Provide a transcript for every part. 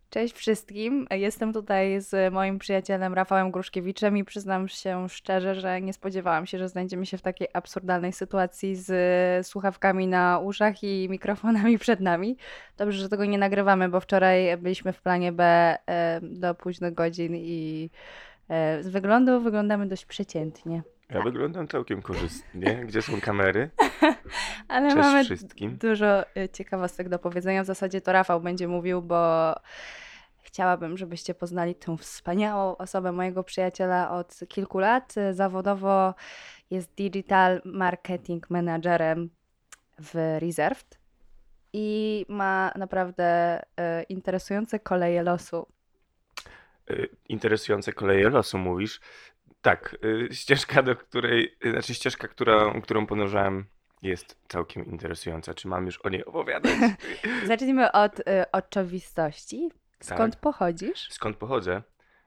Cześć wszystkim. Jestem tutaj z moim przyjacielem Rafałem Gruszkiewiczem i przyznam się szczerze, że nie spodziewałam się, że znajdziemy się w takiej absurdalnej sytuacji z słuchawkami na uszach i mikrofonami przed nami. Dobrze, że tego nie nagrywamy, bo wczoraj byliśmy w planie B do późnych godzin i z wyglądu wyglądamy dość przeciętnie. Ja wyglądam całkiem korzystnie. Gdzie są kamery? Ale Cześć mamy wszystkim. dużo ciekawostek do powiedzenia. W zasadzie to Rafał będzie mówił, bo chciałabym, żebyście poznali tę wspaniałą osobę mojego przyjaciela od kilku lat. Zawodowo jest digital marketing managerem w Reserved i ma naprawdę interesujące koleje losu. Interesujące koleje losu mówisz. Tak, ścieżka, ścieżka, którą podążałem, jest całkiem interesująca. Czy mam już o niej opowiadać? Zacznijmy od oczywistości. Skąd Tak. pochodzisz? Skąd pochodzę?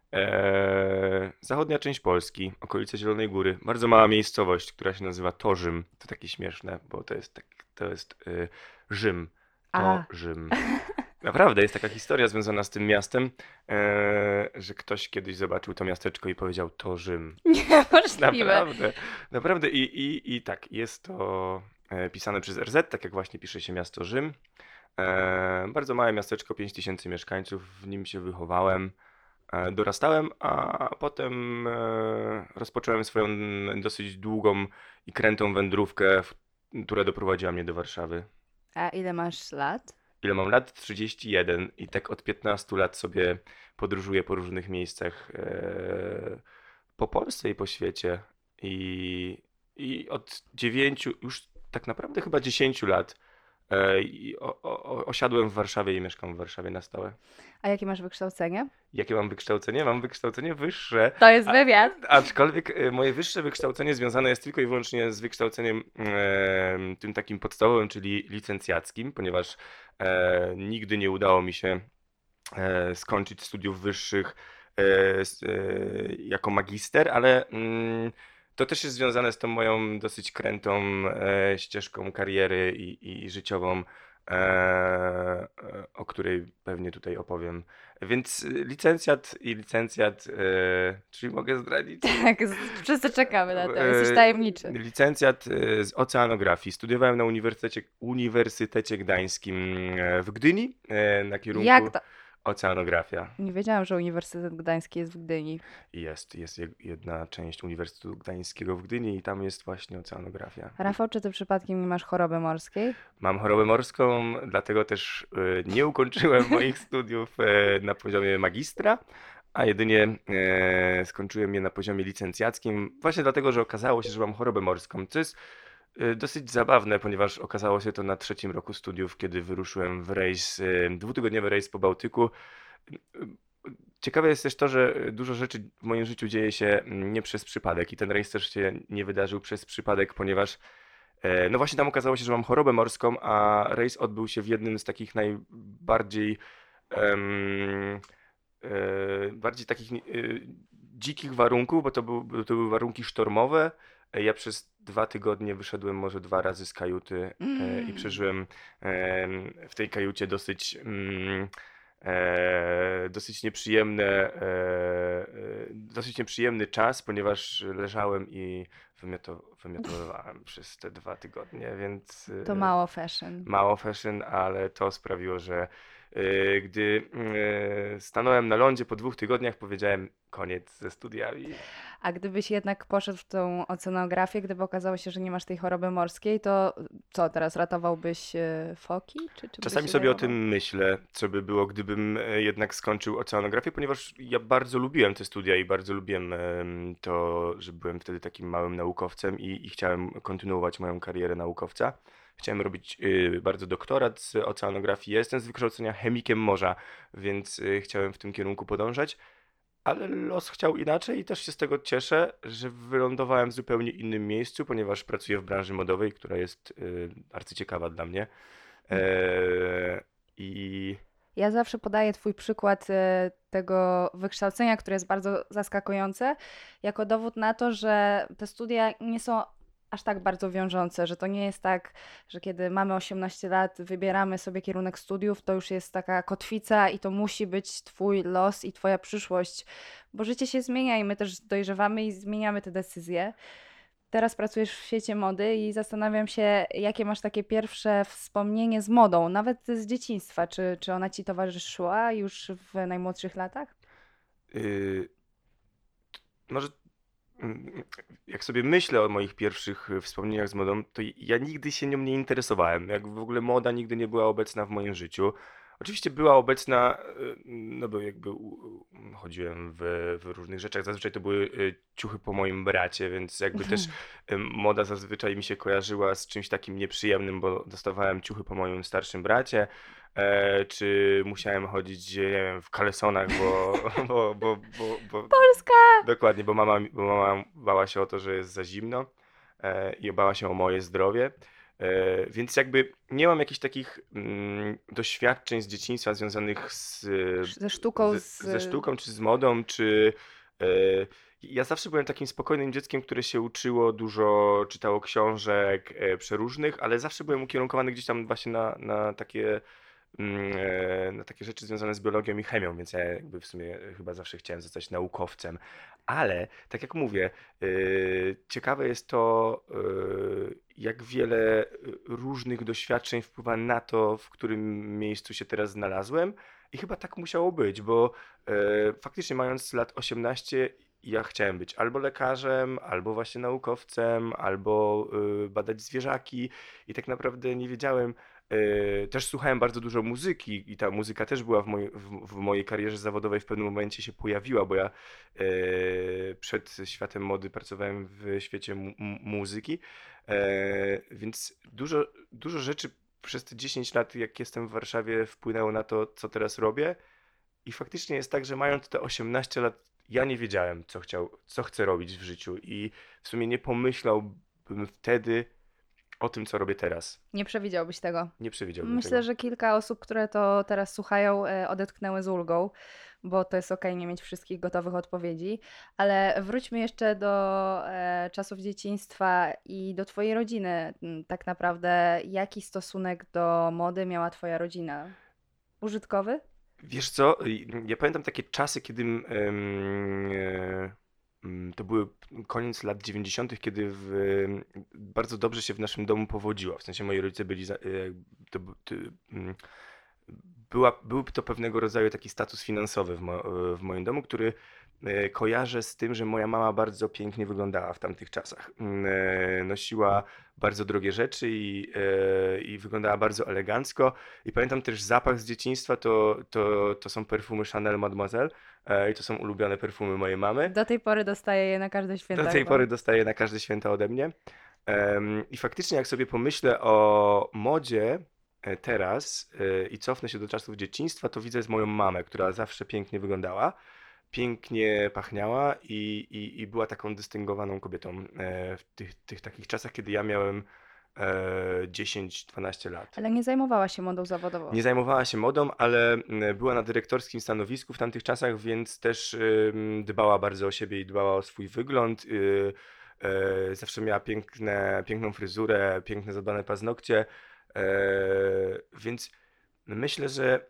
Zachodnia część Polski, okolice Zielonej Góry. Bardzo mała miejscowość, która się nazywa Torzym. To takie śmieszne, bo to jest Rzym. To A, Rzym. Naprawdę, jest taka historia związana z tym miastem, że ktoś kiedyś zobaczył to miasteczko i powiedział to Rzym. niemożliwe. Naprawdę, naprawdę i tak, jest to pisane przez RZ, tak jak właśnie pisze się miasto Rzym. Bardzo małe miasteczko, 5000 mieszkańców, w nim się wychowałem, dorastałem, a potem rozpocząłem swoją dosyć długą i krętą wędrówkę, która doprowadziła mnie do Warszawy. A ile masz lat? Ile mam lat? 31 i tak od 15 lat sobie podróżuję po różnych miejscach po Polsce i po świecie. I, i od 9, już tak naprawdę chyba 10 lat osiadłem w Warszawie i mieszkam w Warszawie na stałe. A jakie masz wykształcenie? Jakie mam wykształcenie? Mam wykształcenie wyższe. To jest wywiad. Aczkolwiek moje wyższe wykształcenie związane jest tylko i wyłącznie z wykształceniem tym takim podstawowym, czyli licencjackim, ponieważ nigdy nie udało mi się skończyć studiów wyższych jako magister, ale to też jest związane z tą moją dosyć krętą ścieżką kariery i życiową, o której pewnie tutaj opowiem. Więc licencjat, czyli mogę zdradzić? Tak, wszyscy czekamy na to. Jesteś tajemniczy. Licencjat z oceanografii. Studiowałem na Uniwersytecie Gdańskim w Gdyni na kierunku Jak to? oceanografia. Nie wiedziałam, że Uniwersytet Gdański jest w Gdyni. Jest jedna część Uniwersytetu Gdańskiego w Gdyni i tam jest właśnie oceanografia. Rafał, czy ty przypadkiem nie masz choroby morskiej? Mam chorobę morską, dlatego też nie ukończyłem moich studiów na poziomie magistra, a jedynie skończyłem je na poziomie licencjackim, właśnie dlatego, że okazało się, że mam chorobę morską, co jest dosyć zabawne, ponieważ okazało się to na trzecim roku studiów, kiedy wyruszyłem w rejs, dwutygodniowy rejs po Bałtyku. Ciekawe jest też to, że dużo rzeczy w moim życiu dzieje się nie przez przypadek i ten rejs też się nie wydarzył przez przypadek, ponieważ no właśnie tam okazało się, że mam chorobę morską, a rejs odbył się w jednym z takich najbardziej em, bardziej takich dzikich warunków, bo to były warunki sztormowe. Ja przez 2 tygodnie wyszedłem może 2 razy z kajuty i Mm. przeżyłem w tej kajucie dosyć nieprzyjemny czas, ponieważ leżałem i wymiotowywałem przez te 2 tygodnie, więc To mało fashion. mało fashion, ale to sprawiło, że gdy stanąłem na lądzie po 2 tygodniach, powiedziałem koniec ze studiami. A gdybyś jednak poszedł w tą oceanografię, gdyby okazało się, że nie masz tej choroby morskiej, to co, teraz ratowałbyś foki? Czy byś Czasami się sobie o zajmował? tym myślę, co by było, gdybym jednak skończył oceanografię, ponieważ ja bardzo lubiłem te studia i bardzo lubiłem to, że byłem wtedy takim małym naukowcem i chciałem kontynuować moją karierę naukowca. Chciałem robić bardzo doktorat z oceanografii. Ja jestem z wykształcenia chemikiem morza, więc chciałem w tym kierunku podążać. Ale los chciał inaczej i też się z tego cieszę, że wylądowałem w zupełnie innym miejscu, ponieważ pracuję w branży modowej, która jest arcyciekawa dla mnie. I Ja zawsze podaję Twój przykład tego wykształcenia, które jest bardzo zaskakujące, jako dowód na to, że te studia nie są aż tak bardzo wiążące, że to nie jest tak, że kiedy mamy 18 lat, wybieramy sobie kierunek studiów, to już jest taka kotwica i to musi być twój los i twoja przyszłość, bo życie się zmienia i my też dojrzewamy i zmieniamy te decyzje. Teraz pracujesz w świecie mody i zastanawiam się, jakie masz takie pierwsze wspomnienie z modą, nawet z dzieciństwa. Czy ona ci towarzyszyła już w najmłodszych latach? Yy, Może jak sobie myślę o moich pierwszych wspomnieniach z modą, to ja nigdy się nią nie interesowałem. Jak w ogóle moda nigdy nie była obecna w moim życiu. Oczywiście była obecna, no bo jakby chodziłem w różnych rzeczach. Zazwyczaj to były ciuchy po moim bracie, więc jakby też moda zazwyczaj mi się kojarzyła z czymś takim nieprzyjemnym, bo dostawałem ciuchy po moim starszym bracie. Czy musiałem chodzić, nie wiem, w kalesonach, bo Polska! dokładnie, bo mama bała się o to, że jest za zimno i bała się o moje zdrowie. Więc jakby nie mam jakichś takich doświadczeń z dzieciństwa związanych Ze sztuką, ze sztuką, czy z modą, czy... e, Ja zawsze byłem takim spokojnym dzieckiem, które się uczyło, dużo czytało książek przeróżnych, ale zawsze byłem ukierunkowany gdzieś tam właśnie na takie rzeczy związane z biologią i chemią, więc ja jakby w sumie chyba zawsze chciałem zostać naukowcem. Ale tak jak mówię, ciekawe jest to, jak wiele różnych doświadczeń wpływa na to, w którym miejscu się teraz znalazłem. I chyba tak musiało być, bo faktycznie mając lat 18, ja chciałem być albo lekarzem, albo właśnie naukowcem, albo badać zwierzaki i tak naprawdę nie wiedziałem. Też słuchałem bardzo dużo muzyki i ta muzyka też była w mojej karierze zawodowej w pewnym momencie się pojawiła, bo ja przed światem mody pracowałem w świecie muzyki, więc dużo rzeczy przez te 10 lat, jak jestem w Warszawie, wpłynęło na to, co teraz robię. I faktycznie jest tak, że mając te 18 lat, ja nie wiedziałem, co chcę robić w życiu i w sumie nie pomyślałbym wtedy o tym, co robię teraz. Nie przewidziałbyś tego. Nie przewidziałbym tego. Myślę, że kilka osób, które to teraz słuchają, odetchnęły z ulgą, bo to jest okej nie mieć wszystkich gotowych odpowiedzi. Ale wróćmy jeszcze do czasów dzieciństwa i do twojej rodziny. Tak naprawdę, jaki stosunek do mody miała twoja rodzina? Użytkowy? Wiesz co, ja pamiętam takie czasy, kiedy to były koniec lat 90., kiedy bardzo dobrze się w naszym domu powodziło. W sensie moi rodzice byli, to, to, mm, byłby to pewnego rodzaju taki status finansowy w moim domu, który kojarzę z tym, że moja mama bardzo pięknie wyglądała w tamtych czasach. Nosiła bardzo drogie rzeczy i wyglądała bardzo elegancko. I pamiętam też zapach z dzieciństwa, to są perfumy Chanel Mademoiselle i to są ulubione perfumy mojej mamy. Do tej pory dostaję je na każde święta Do tej chyba. pory dostaję na każde święta ode mnie. I faktycznie jak sobie pomyślę o modzie teraz i cofnę się do czasów dzieciństwa, to widzę z moją mamę, która zawsze pięknie wyglądała, pięknie pachniała i była taką dystyngowaną kobietą w tych takich czasach, kiedy ja miałem 10-12 lat. Ale nie zajmowała się modą zawodową. Nie zajmowała się modą, ale była na dyrektorskim stanowisku w tamtych czasach, więc też dbała bardzo o siebie i dbała o swój wygląd. Zawsze miała piękną fryzurę, piękne zadbane paznokcie, więc myślę, że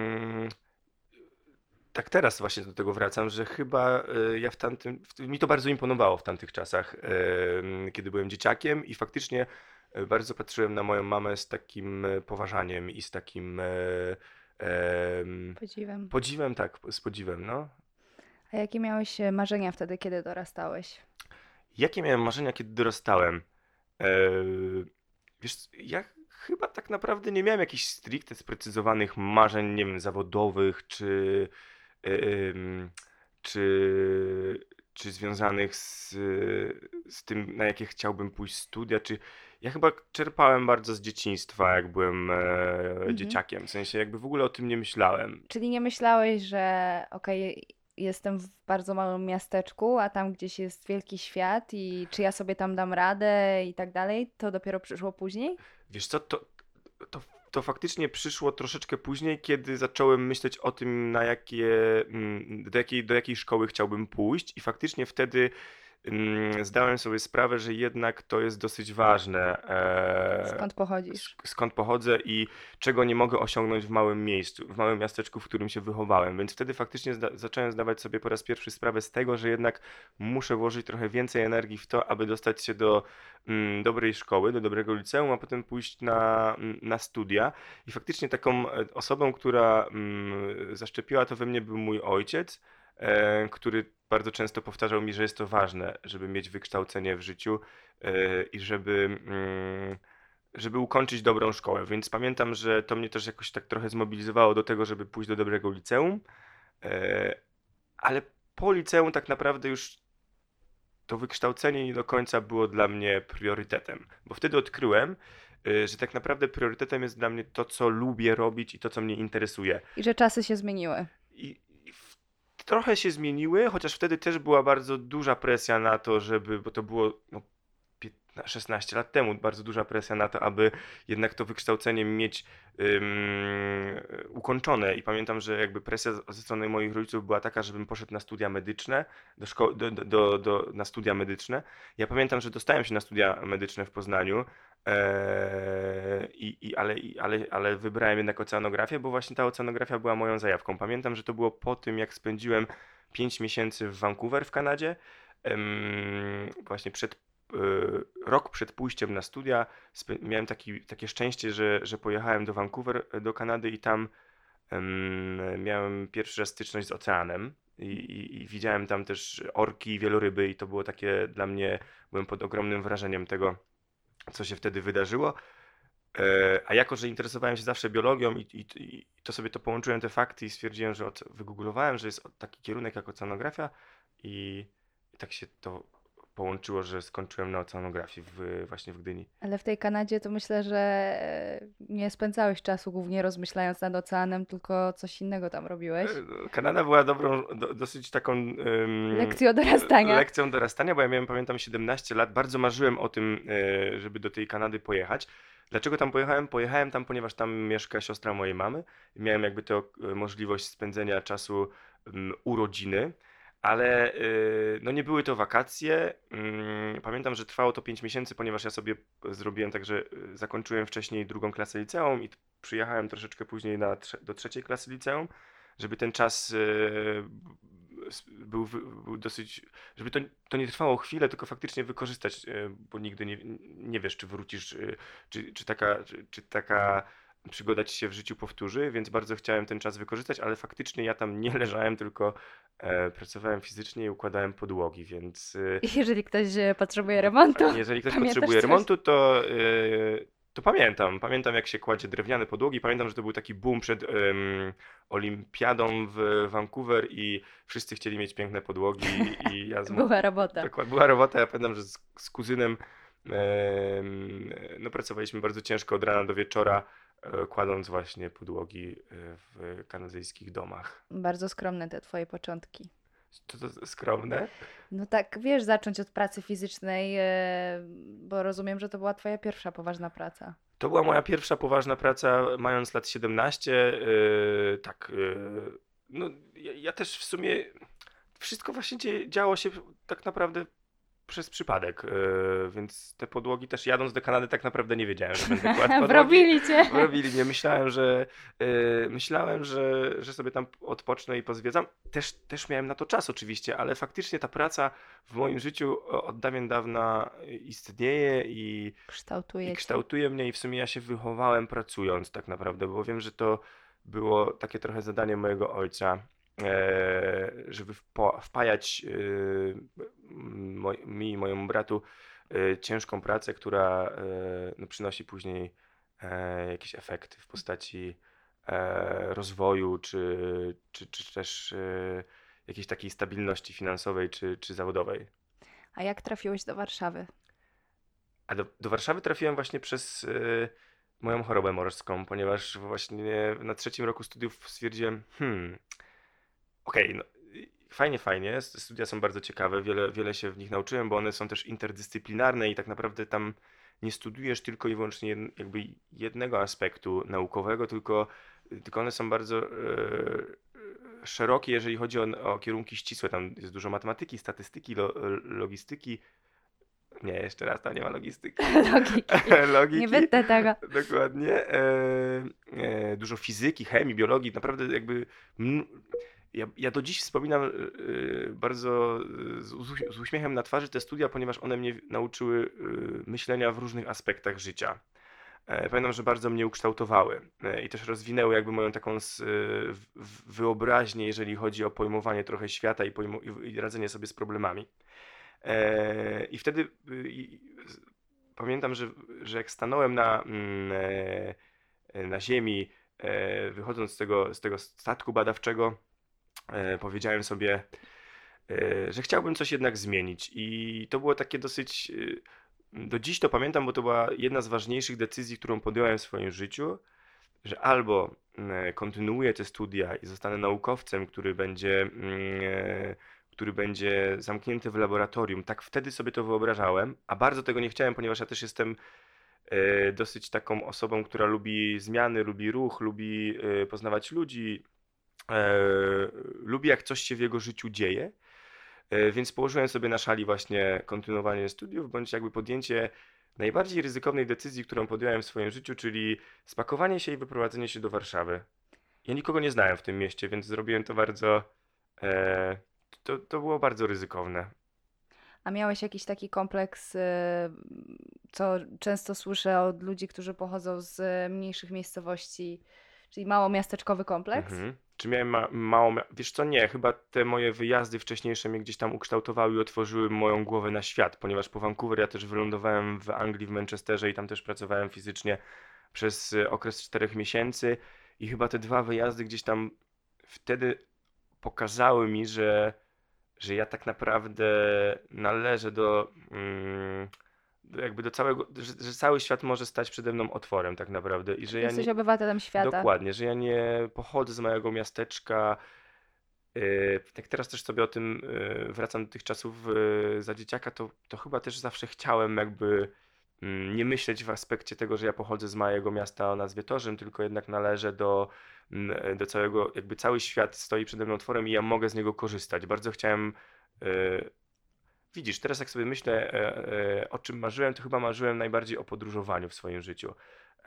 tak teraz właśnie do tego wracam, że chyba ja mi to bardzo imponowało w tamtych czasach, kiedy byłem dzieciakiem i faktycznie bardzo patrzyłem na moją mamę z takim poważaniem i z takim Podziwem. podziwem, tak, z podziwem, no. A jakie miałeś marzenia wtedy, kiedy dorastałeś? Jakie miałem marzenia, kiedy dorastałem? E, Wiesz, ja chyba tak naprawdę nie miałem jakichś stricte sprecyzowanych marzeń, nie wiem, zawodowych, em, czy, czy związanych z tym, na jakie chciałbym pójść studia, czy ja chyba czerpałem bardzo z dzieciństwa, jak byłem Mhm. dzieciakiem, w sensie jakby w ogóle o tym nie myślałem. Czyli nie myślałeś, że okej, jestem w bardzo małym miasteczku, a tam gdzieś jest wielki świat i czy ja sobie tam dam radę i tak dalej, to dopiero przyszło później? Wiesz co, to, to faktycznie przyszło troszeczkę później, kiedy zacząłem myśleć o tym, do jakiej szkoły chciałbym pójść i faktycznie wtedy zdałem sobie sprawę, że jednak to jest dosyć ważne, Skąd pochodzisz? skąd pochodzę i czego nie mogę osiągnąć w małym miejscu, w małym miasteczku, w którym się wychowałem. Więc wtedy faktycznie zacząłem zdawać sobie po raz pierwszy sprawę z tego, że jednak muszę włożyć trochę więcej energii w to, aby dostać się do dobrej szkoły, do dobrego liceum, a potem pójść na studia. I faktycznie taką osobą, która zaszczepiła to we mnie, był mój ojciec, który bardzo często powtarzał mi, że jest to ważne, żeby mieć wykształcenie w życiu i żeby ukończyć dobrą szkołę. Więc pamiętam, że to mnie też jakoś tak trochę zmobilizowało do tego, żeby pójść do dobrego liceum, e, ale po liceum tak naprawdę już to wykształcenie nie do końca było dla mnie priorytetem, bo wtedy odkryłem, że tak naprawdę priorytetem jest dla mnie to, co lubię robić i to, co mnie interesuje. I że czasy się zmieniły. Trochę się zmieniły, chociaż wtedy też była bardzo duża presja na to, bo to było 16 lat temu, bardzo duża presja na to, aby jednak to wykształcenie mieć ukończone. I pamiętam, że jakby presja ze strony moich rodziców była taka, żebym poszedł na studia medyczne, na studia medyczne. Ja pamiętam, że dostałem się na studia medyczne w Poznaniu, ale wybrałem jednak oceanografię, bo właśnie ta oceanografia była moją zajawką. Pamiętam, że to było po tym, jak spędziłem 5 miesięcy w Vancouver w Kanadzie. Właśnie rok przed pójściem na studia miałem takie szczęście, że pojechałem do Vancouver, do Kanady i tam miałem pierwszy raz styczność z oceanem i widziałem tam też orki, wieloryby i to było takie dla mnie, byłem pod ogromnym wrażeniem tego, co się wtedy wydarzyło. A jako, że interesowałem się zawsze biologią i to sobie to połączyłem te fakty i stwierdziłem, że wygooglowałem, że jest taki kierunek jak oceanografia i tak się to połączyło, że skończyłem na oceanografii właśnie w Gdyni. Ale w tej Kanadzie to myślę, że nie spędzałeś czasu głównie rozmyślając nad oceanem, tylko coś innego tam robiłeś. Kanada była dosyć taką Lekcją dorastania. lekcją dorastania, bo ja miałem, pamiętam, 17 lat. Bardzo marzyłem o tym, żeby do tej Kanady pojechać. Dlaczego tam pojechałem? Pojechałem tam, ponieważ tam mieszka siostra mojej mamy. Miałem jakby tę możliwość spędzenia czasu u rodziny. Ale no nie były to wakacje. Pamiętam, że trwało to 5 miesięcy, ponieważ ja sobie zrobiłem tak, że zakończyłem wcześniej drugą klasę liceum i przyjechałem troszeczkę później do trzeciej klasy liceum, żeby ten czas był dosyć, żeby to nie trwało chwilę, tylko faktycznie wykorzystać, bo nigdy nie wiesz, czy wrócisz, czy taka przygoda ci się w życiu powtórzy, więc bardzo chciałem ten czas wykorzystać, ale faktycznie ja tam nie leżałem, tylko pracowałem fizycznie i układałem podłogi, więc Jeżeli ktoś potrzebuje remontu, jeżeli ktoś pamiętasz potrzebuje coś? remontu, to pamiętam. Pamiętam, jak się kładzie drewniane podłogi. Pamiętam, że to był taki boom przed olimpiadą w Vancouver i wszyscy chcieli mieć piękne podłogi i ja Była robota. Dokładnie, była robota. Ja pamiętam, że z kuzynem no, pracowaliśmy bardzo ciężko od rana do wieczora, kładąc właśnie podłogi w kanadyjskich domach. Bardzo skromne te twoje początki. To skromne. No tak, wiesz, zacząć od pracy fizycznej, bo rozumiem, że to była twoja pierwsza poważna praca. To była moja pierwsza poważna praca, mając lat 17. Tak, no ja też w sumie wszystko właśnie działo się tak naprawdę przez przypadek, więc te podłogi też jadąc do Kanady tak naprawdę nie wiedziałem, że będę kładł podłogi. Wrobili cię. Wrobili mnie. Myślałem, że sobie tam odpocznę i pozwiedzam. Też miałem na to czas oczywiście, ale faktycznie ta praca w moim życiu od dawien dawna istnieje i Kształtuje cię. kształtuje mnie i w sumie ja się wychowałem pracując tak naprawdę, bo wiem, że to było takie trochę zadanie mojego ojca, żeby wpajać mi i mojemu bratu ciężką pracę, która no, przynosi później jakieś efekty w postaci rozwoju, czy też jakiejś takiej stabilności finansowej, czy zawodowej. A jak trafiłeś do Warszawy? A do Warszawy trafiłem właśnie przez moją chorobę morską, ponieważ właśnie na 3. roku studiów stwierdziłem, okej, no, fajnie, studia są bardzo ciekawe, wiele się w nich nauczyłem, bo one są też interdyscyplinarne i tak naprawdę tam nie studiujesz tylko i wyłącznie jakby jednego aspektu naukowego, tylko one są bardzo szerokie, jeżeli chodzi o kierunki ścisłe. Tam jest dużo matematyki, statystyki, logistyki. Nie, jeszcze raz, tam nie ma logistyki. Logiki. Nie Logiki, wytnę tego. dokładnie. Dużo fizyki, chemii, biologii. Naprawdę jakby... Ja do dziś wspominam bardzo z uśmiechem na twarzy te studia, ponieważ one mnie nauczyły myślenia w różnych aspektach życia. Pamiętam, że bardzo mnie ukształtowały i też rozwinęły jakby moją taką wyobraźnię, jeżeli chodzi o pojmowanie trochę świata i radzenie sobie z problemami. I wtedy pamiętam, że jak stanąłem na ziemi, wychodząc z tego statku badawczego, powiedziałem sobie, że chciałbym coś jednak zmienić. I to było takie dosyć. Do dziś to pamiętam, bo to była jedna z ważniejszych decyzji, którą podjąłem w swoim życiu, że albo kontynuuję te studia i zostanę naukowcem, który będzie zamknięty w laboratorium. Tak wtedy sobie to wyobrażałem, a bardzo tego nie chciałem, ponieważ ja też jestem dosyć taką osobą, która lubi zmiany, lubi ruch, lubi poznawać ludzi, lubi jak coś się w jego życiu dzieje. Więc położyłem sobie na szali właśnie kontynuowanie studiów, bądź jakby podjęcie najbardziej ryzykownej decyzji, którą podjąłem w swoim życiu, czyli spakowanie się i wyprowadzenie się do Warszawy. Ja nikogo nie znałem w tym mieście, więc zrobiłem to bardzo. E, to było bardzo ryzykowne. A miałeś jakiś taki kompleks, co często słyszę od ludzi, którzy pochodzą z mniejszych miejscowości, czyli małomiasteczkowy kompleks? Czy miałem mało. Wiesz co, nie, chyba te moje wyjazdy wcześniejsze mnie gdzieś tam ukształtowały i otworzyły moją głowę na świat, ponieważ po Vancouver ja też wylądowałem w Anglii, w Manchesterze i tam też pracowałem fizycznie przez okres 4 miesięcy i chyba te 2 wyjazdy gdzieś tam wtedy pokazały mi, że ja tak naprawdę należę jakby do całego, że cały świat może stać przede mną otworem tak naprawdę i że ja Jesteś nie, obywatelem świata. dokładnie, że ja nie pochodzę z małego miasteczka. Jak teraz też sobie o tym wracam do tych czasów za dzieciaka, to chyba też zawsze chciałem jakby nie myśleć w aspekcie tego, że ja pochodzę z małego miasta o nazwie Torzym, tylko jednak należę do całego, jakby cały świat stoi przede mną otworem i ja mogę z niego korzystać. Bardzo chciałem, e, widzisz, teraz jak sobie myślę o czym marzyłem, to chyba marzyłem najbardziej o podróżowaniu w swoim życiu.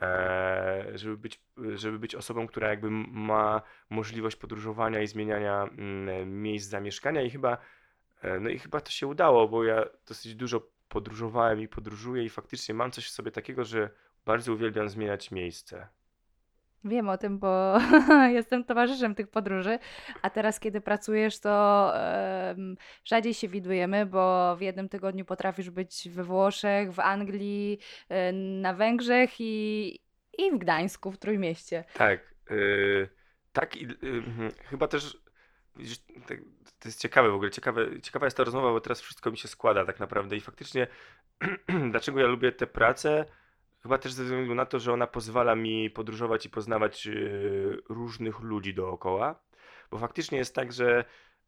Żeby być osobą, która jakby ma możliwość podróżowania i zmieniania miejsc zamieszkania no i chyba to się udało, bo ja dosyć dużo podróżowałem i podróżuję i faktycznie mam coś w sobie takiego, że bardzo uwielbiam zmieniać miejsce. Wiem o tym, bo jestem towarzyszem tych podróży, a teraz, kiedy pracujesz, to rzadziej się widujemy, bo w jednym tygodniu potrafisz być we Włoszech, w Anglii, na Węgrzech i w Gdańsku, w Trójmieście. Tak, tak i chyba też, widzisz, to jest ciekawe w ogóle, ciekawa jest ta rozmowa, bo teraz wszystko mi się składa tak naprawdę i faktycznie dlaczego ja lubię tę pracę? Chyba też ze względu na to, że ona pozwala mi podróżować i poznawać różnych ludzi dookoła, bo faktycznie jest tak, że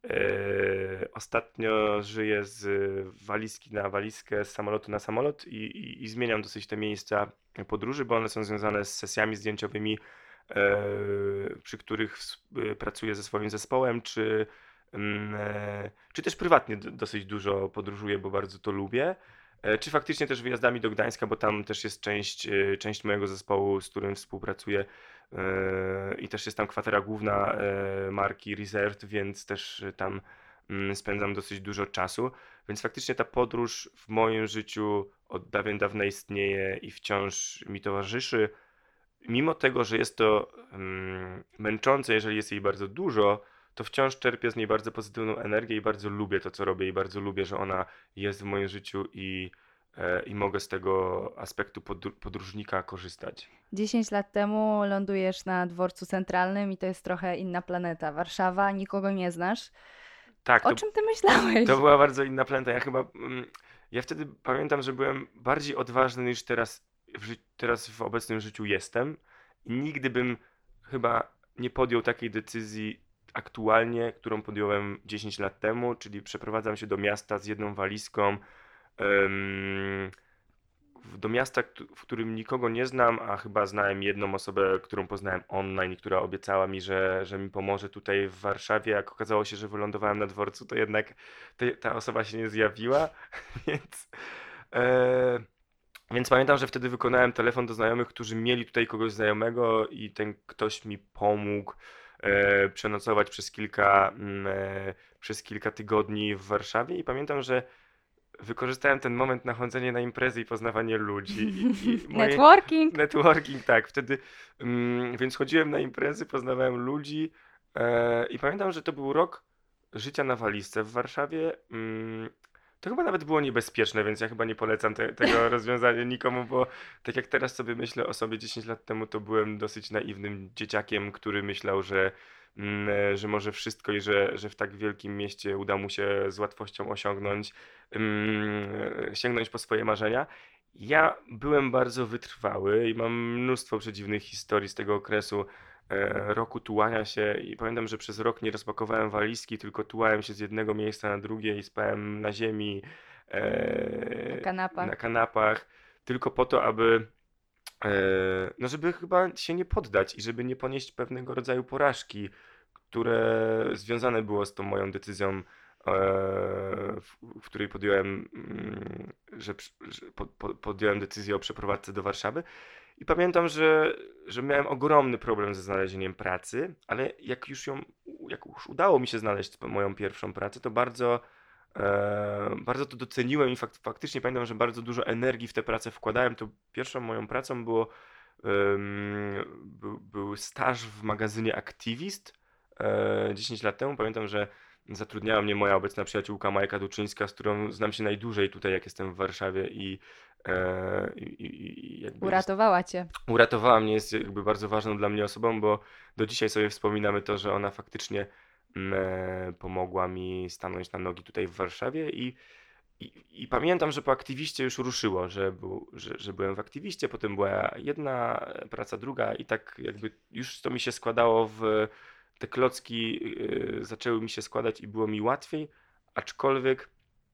ostatnio żyję z walizki na walizkę, z samolotu na samolot i zmieniam dosyć te miejsca podróży, bo one są związane z sesjami zdjęciowymi, przy których pracuję ze swoim zespołem, czy też prywatnie dosyć dużo podróżuję, bo bardzo to lubię. Czy faktycznie też wyjazdami do Gdańska, bo tam też jest część mojego zespołu, z którym współpracuję i też jest tam kwatera główna marki Reserved, więc też tam spędzam dosyć dużo czasu. Więc faktycznie ta podróż w moim życiu od dawien dawna istnieje i wciąż mi towarzyszy. Mimo tego, że jest to męczące, jeżeli jest jej bardzo dużo, to wciąż czerpię z niej bardzo pozytywną energię i bardzo lubię to, co robię i bardzo lubię, że ona jest w moim życiu i mogę z tego aspektu podróżnika korzystać. 10 lat temu lądujesz na dworcu centralnym i to jest trochę inna planeta. Warszawa, nikogo nie znasz. Tak, O to, czym ty myślałeś? to była bardzo inna planeta. Ja wtedy pamiętam, że byłem bardziej odważny niż teraz w obecnym życiu jestem. I nigdy bym chyba nie podjął takiej decyzji aktualnie, którą podjąłem 10 lat temu, czyli przeprowadzam się do miasta z jedną walizką, em, do miasta, w którym nikogo nie znam, a chyba znałem jedną osobę, którą poznałem online, która obiecała mi, że mi pomoże tutaj w Warszawie. Jak okazało się, że wylądowałem na dworcu, to jednak ta osoba się nie zjawiła, więc, e, więc pamiętam, że wtedy wykonałem telefon do znajomych, którzy mieli tutaj kogoś znajomego i ten ktoś mi pomógł przenocować przez kilka tygodni w Warszawie i pamiętam, że wykorzystałem ten moment na chodzenie na imprezy i poznawanie ludzi. I moje Networking. networking, tak, wtedy, więc chodziłem na imprezy, poznawałem ludzi i pamiętam, że to był rok życia na walizce w Warszawie. To chyba nawet było niebezpieczne, więc ja chyba nie polecam tego rozwiązania nikomu, bo tak jak teraz sobie myślę o sobie 10 lat temu, to byłem dosyć naiwnym dzieciakiem, który myślał, że może wszystko i że w tak wielkim mieście uda mu się z łatwością sięgnąć po swoje marzenia. Ja byłem bardzo wytrwały i mam mnóstwo przedziwnych historii z tego okresu roku tułania się i pamiętam, że przez rok nie rozpakowałem walizki, tylko tułałem się z jednego miejsca na drugie i spałem na ziemi, Na na kanapach. kanapach, tylko po to, e, no żeby chyba się nie poddać i żeby nie ponieść pewnego rodzaju porażki, które związane było z tą moją decyzją, w której podjąłem, że podjąłem decyzję o przeprowadzce do Warszawy. I pamiętam, że miałem ogromny problem ze znalezieniem pracy, ale jak już udało mi się znaleźć moją pierwszą pracę, to bardzo to doceniłem i faktycznie pamiętam, że bardzo dużo energii w tę pracę wkładałem. To pierwszą moją pracą był staż w magazynie Activist 10 lat temu. Pamiętam, że zatrudniała mnie moja obecna przyjaciółka Majka Duczyńska, z którą znam się najdłużej tutaj, jak jestem w Warszawie i jakby Uratowała cię. uratowała mnie, jest jakby bardzo ważną dla mnie osobą, bo do dzisiaj sobie wspominamy to, że ona faktycznie pomogła mi stanąć na nogi tutaj w Warszawie i pamiętam, że po aktywiście już ruszyło, że byłem w aktywiście, potem była jedna praca, druga i tak jakby już to mi się składało te klocki zaczęły mi się składać i było mi łatwiej, aczkolwiek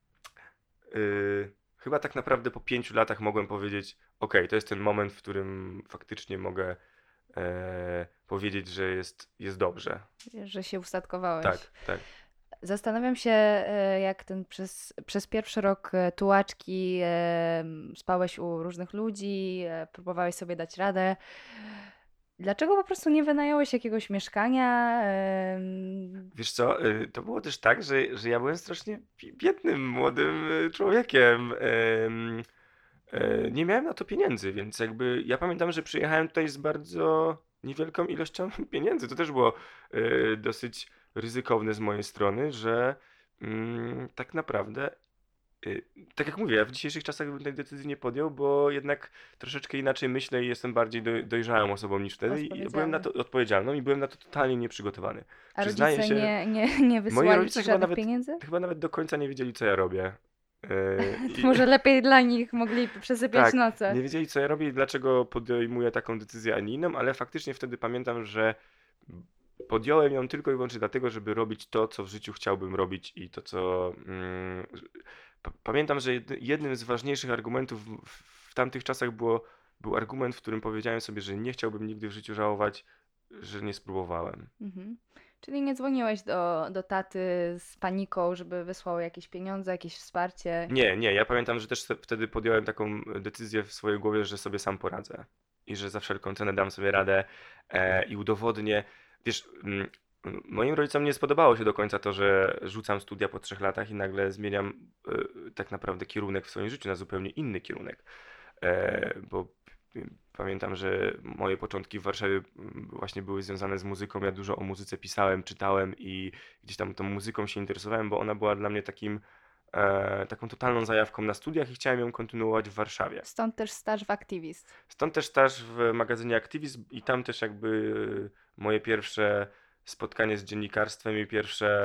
chyba tak naprawdę po 5 latach mogłem powiedzieć, ok, to jest ten moment, w którym faktycznie mogę powiedzieć, że jest dobrze. Że się ustatkowałeś. Tak, tak. Zastanawiam się, jak przez pierwszy rok tułaczki spałeś u różnych ludzi, próbowałeś sobie dać radę. Dlaczego po prostu nie wynająłeś jakiegoś mieszkania? Wiesz co, to było też tak, że ja byłem strasznie biednym młodym człowiekiem. Nie miałem na to pieniędzy, więc jakby ja pamiętam, że przyjechałem tutaj z bardzo niewielką ilością pieniędzy. To też było dosyć ryzykowne z mojej strony, że tak naprawdę, y, tak jak mówię, ja w dzisiejszych czasach bym tej decyzji nie podjął, bo jednak troszeczkę inaczej myślę i jestem bardziej dojrzałą osobą niż wtedy i byłem na Odpowiedzialny. to odpowiedzialną i byłem na to totalnie nieprzygotowany. A Przyznaję rodzice się, nie moi wysyłali rodzice ci żadnych pieniędzy? chyba nawet do końca nie wiedzieli, co ja robię. To może lepiej dla nich mogli przesypiać Tak, noce. nie wiedzieli, co ja robię i dlaczego podejmuję taką decyzję, a nie inną, ale faktycznie wtedy pamiętam, że podjąłem ją tylko i wyłącznie dlatego, żeby robić to, co w życiu chciałbym robić i to, co... Pamiętam, że jednym z ważniejszych argumentów w tamtych czasach był argument, w którym powiedziałem sobie, że nie chciałbym nigdy w życiu żałować, że nie spróbowałem. Mhm. Czyli nie dzwoniłeś do taty z paniką, żeby wysłał jakieś pieniądze, jakieś wsparcie. Nie, ja pamiętam, że też wtedy podjąłem taką decyzję w swojej głowie, że sobie sam poradzę i że za wszelką cenę dam sobie radę i udowodnię. Wiesz, moim rodzicom nie spodobało się do końca to, że rzucam studia po 3 latach i nagle zmieniam tak naprawdę kierunek w swoim życiu na zupełnie inny kierunek. Bo pamiętam, że moje początki w Warszawie właśnie były związane z muzyką. Ja dużo o muzyce pisałem, czytałem i gdzieś tam tą muzyką się interesowałem, bo ona była dla mnie taką totalną zajawką na studiach i chciałem ją kontynuować w Warszawie. Stąd też staż w Activist. Stąd też staż w magazynie Activist i tam też jakby moje pierwsze spotkanie z dziennikarstwem i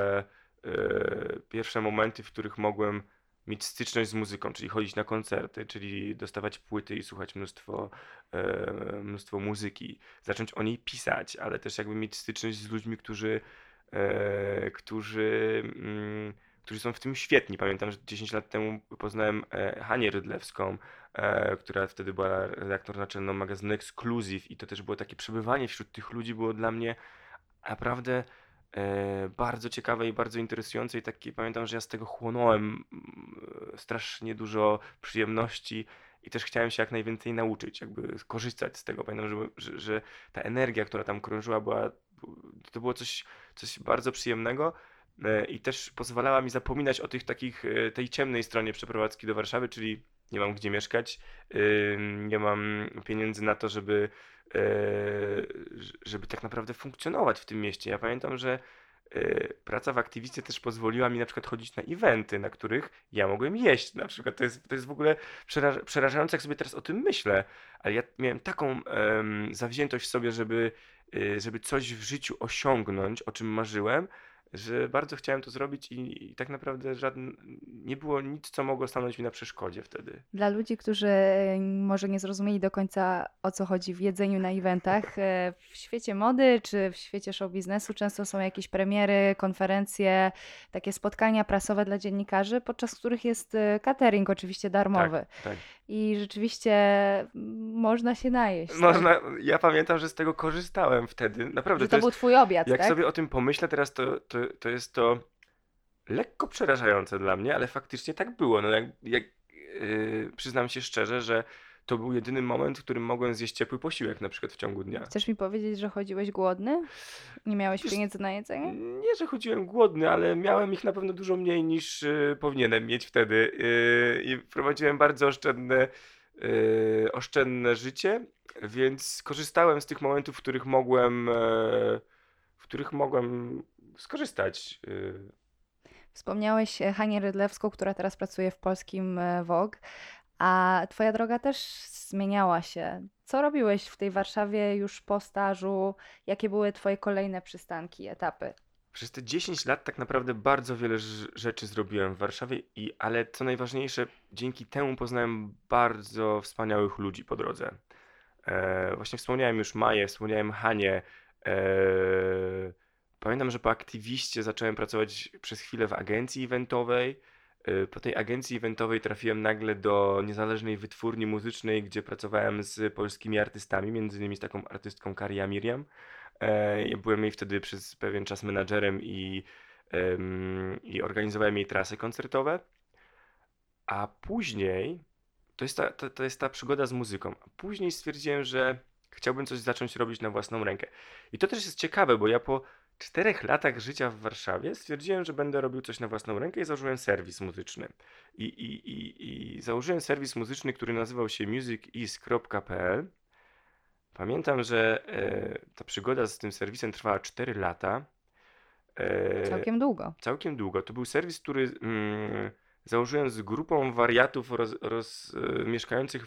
pierwsze momenty, w których mogłem mieć styczność z muzyką, czyli chodzić na koncerty, czyli dostawać płyty i słuchać mnóstwo muzyki, zacząć o niej pisać, ale też jakby mieć styczność z ludźmi, którzy są w tym świetni. Pamiętam, że 10 lat temu poznałem Hanię Rydlewską, która wtedy była redaktor naczelną magazynu Exclusive i to też było takie przebywanie wśród tych ludzi było dla mnie naprawdę bardzo ciekawe i bardzo interesujące i takie pamiętam, że ja z tego chłonąłem strasznie dużo przyjemności i też chciałem się jak najwięcej nauczyć, jakby korzystać z tego. Pamiętam, że ta energia, która tam krążyła, to było coś bardzo przyjemnego i też pozwalała mi zapominać o tych takich, tej ciemnej stronie przeprowadzki do Warszawy, czyli nie mam gdzie mieszkać, nie mam pieniędzy na to, e, żeby tak naprawdę funkcjonować w tym mieście. Ja pamiętam, że praca w aktywiście też pozwoliła mi na przykład chodzić na eventy, na których ja mogłem jeść. Na przykład to jest w ogóle przerażające, jak sobie teraz o tym myślę, ale ja miałem taką zawziętość w sobie, żeby coś w życiu osiągnąć, o czym marzyłem, że bardzo chciałem to zrobić i tak naprawdę nie było nic, co mogło stanąć mi na przeszkodzie wtedy. Dla ludzi, którzy może nie zrozumieli do końca o co chodzi w jedzeniu na eventach, w świecie mody czy w świecie show biznesu często są jakieś premiery, konferencje, takie spotkania prasowe dla dziennikarzy, podczas których jest catering oczywiście Tak, darmowy. tak. I rzeczywiście można się najeść, tak? Ja pamiętam, że z tego korzystałem wtedy. Naprawdę, Że to był twój obiad, jak tak? sobie o tym pomyślę teraz, to jest to lekko przerażające dla mnie, ale faktycznie tak było. No przyznam się szczerze, że to był jedyny moment, w którym mogłem zjeść ciepły posiłek na przykład w ciągu dnia. Chcesz mi powiedzieć, że chodziłeś głodny? Nie miałeś Wiesz, pieniędzy na jedzenie? nie, że chodziłem głodny, ale miałem ich na pewno dużo mniej niż powinienem mieć wtedy. I prowadziłem bardzo oszczędne życie, więc korzystałem z tych momentów, w których mogłem skorzystać. Wspomniałeś Hanię Rydlewską, która teraz pracuje w polskim Vogue, a twoja droga też zmieniała się. Co robiłeś w tej Warszawie już po stażu? Jakie były twoje kolejne przystanki, etapy? Przez te 10 lat tak naprawdę bardzo wiele rzeczy zrobiłem w Warszawie, ale co najważniejsze, dzięki temu poznałem bardzo wspaniałych ludzi po drodze. Właśnie wspomniałem już Maję, wspomniałem Hanię. E, Pamiętam, że po aktywiście zacząłem pracować przez chwilę w agencji eventowej. Po tej agencji eventowej trafiłem nagle do niezależnej wytwórni muzycznej, gdzie pracowałem z polskimi artystami, między innymi z taką artystką Karia Miriam. Ja byłem jej wtedy przez pewien czas menadżerem i organizowałem jej trasy koncertowe. A później, to jest ta przygoda z muzyką. A później stwierdziłem, że chciałbym coś zacząć robić na własną rękę. I to też jest ciekawe, bo ja po 4 latach życia w Warszawie stwierdziłem, że będę robił coś na własną rękę i założyłem serwis muzyczny. I założyłem serwis muzyczny, który nazywał się musicis.pl. Pamiętam, że ta przygoda z tym serwisem trwała 4 lata. Całkiem długo. Całkiem długo. To był serwis, który założyłem z grupą wariatów mieszkających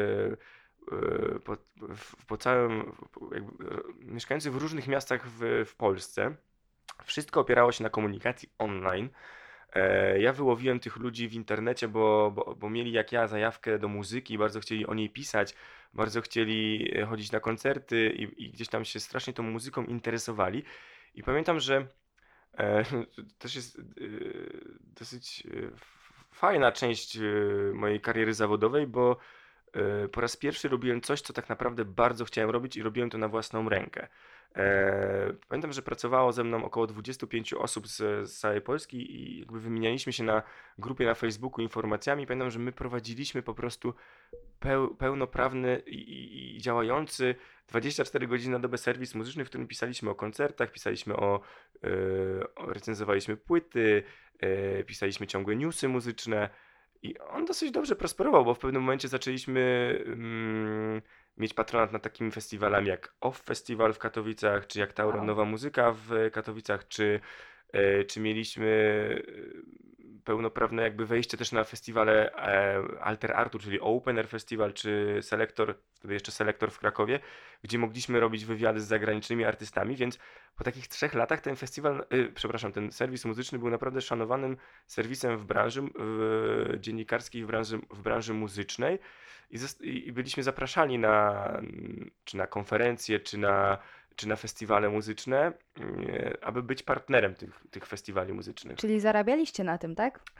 po całym, mieszkających w różnych miastach w Polsce. Wszystko opierało się na komunikacji online. Ja wyłowiłem tych ludzi w internecie, bo mieli jak ja zajawkę do muzyki, bardzo chcieli o niej pisać, bardzo chcieli chodzić na koncerty i gdzieś tam się strasznie tą muzyką interesowali. I pamiętam, że to też jest dosyć fajna część mojej kariery zawodowej, bo po raz pierwszy robiłem coś, co tak naprawdę bardzo chciałem robić i robiłem to na własną rękę. Pamiętam, że pracowało ze mną około 25 osób z całej Polski i jakby wymienialiśmy się na grupie na Facebooku informacjami. Pamiętam, że my prowadziliśmy po prostu pełnoprawny i działający 24 godziny na dobę serwis muzyczny, w którym pisaliśmy o koncertach, recenzowaliśmy płyty, pisaliśmy ciągłe newsy muzyczne i on dosyć dobrze prosperował, bo w pewnym momencie zaczęliśmy mieć patronat nad takimi festiwalami jak OFF Festiwal w Katowicach, czy jak Tauron Wow. Nowa Muzyka w Katowicach, czy mieliśmy pełnoprawne jakby wejście też na festiwale Alter Artu, czyli Open Air Festival, czy Selektor, wtedy jeszcze Selektor w Krakowie, gdzie mogliśmy robić wywiady z zagranicznymi artystami, więc po takich 3 latach ten serwis muzyczny był naprawdę szanowanym serwisem w branży dziennikarskiej, w branży muzycznej i byliśmy zapraszani czy na konferencje, czy na festiwale muzyczne, aby być partnerem tych festiwali muzycznych. Czyli zarabialiście na tym, tak?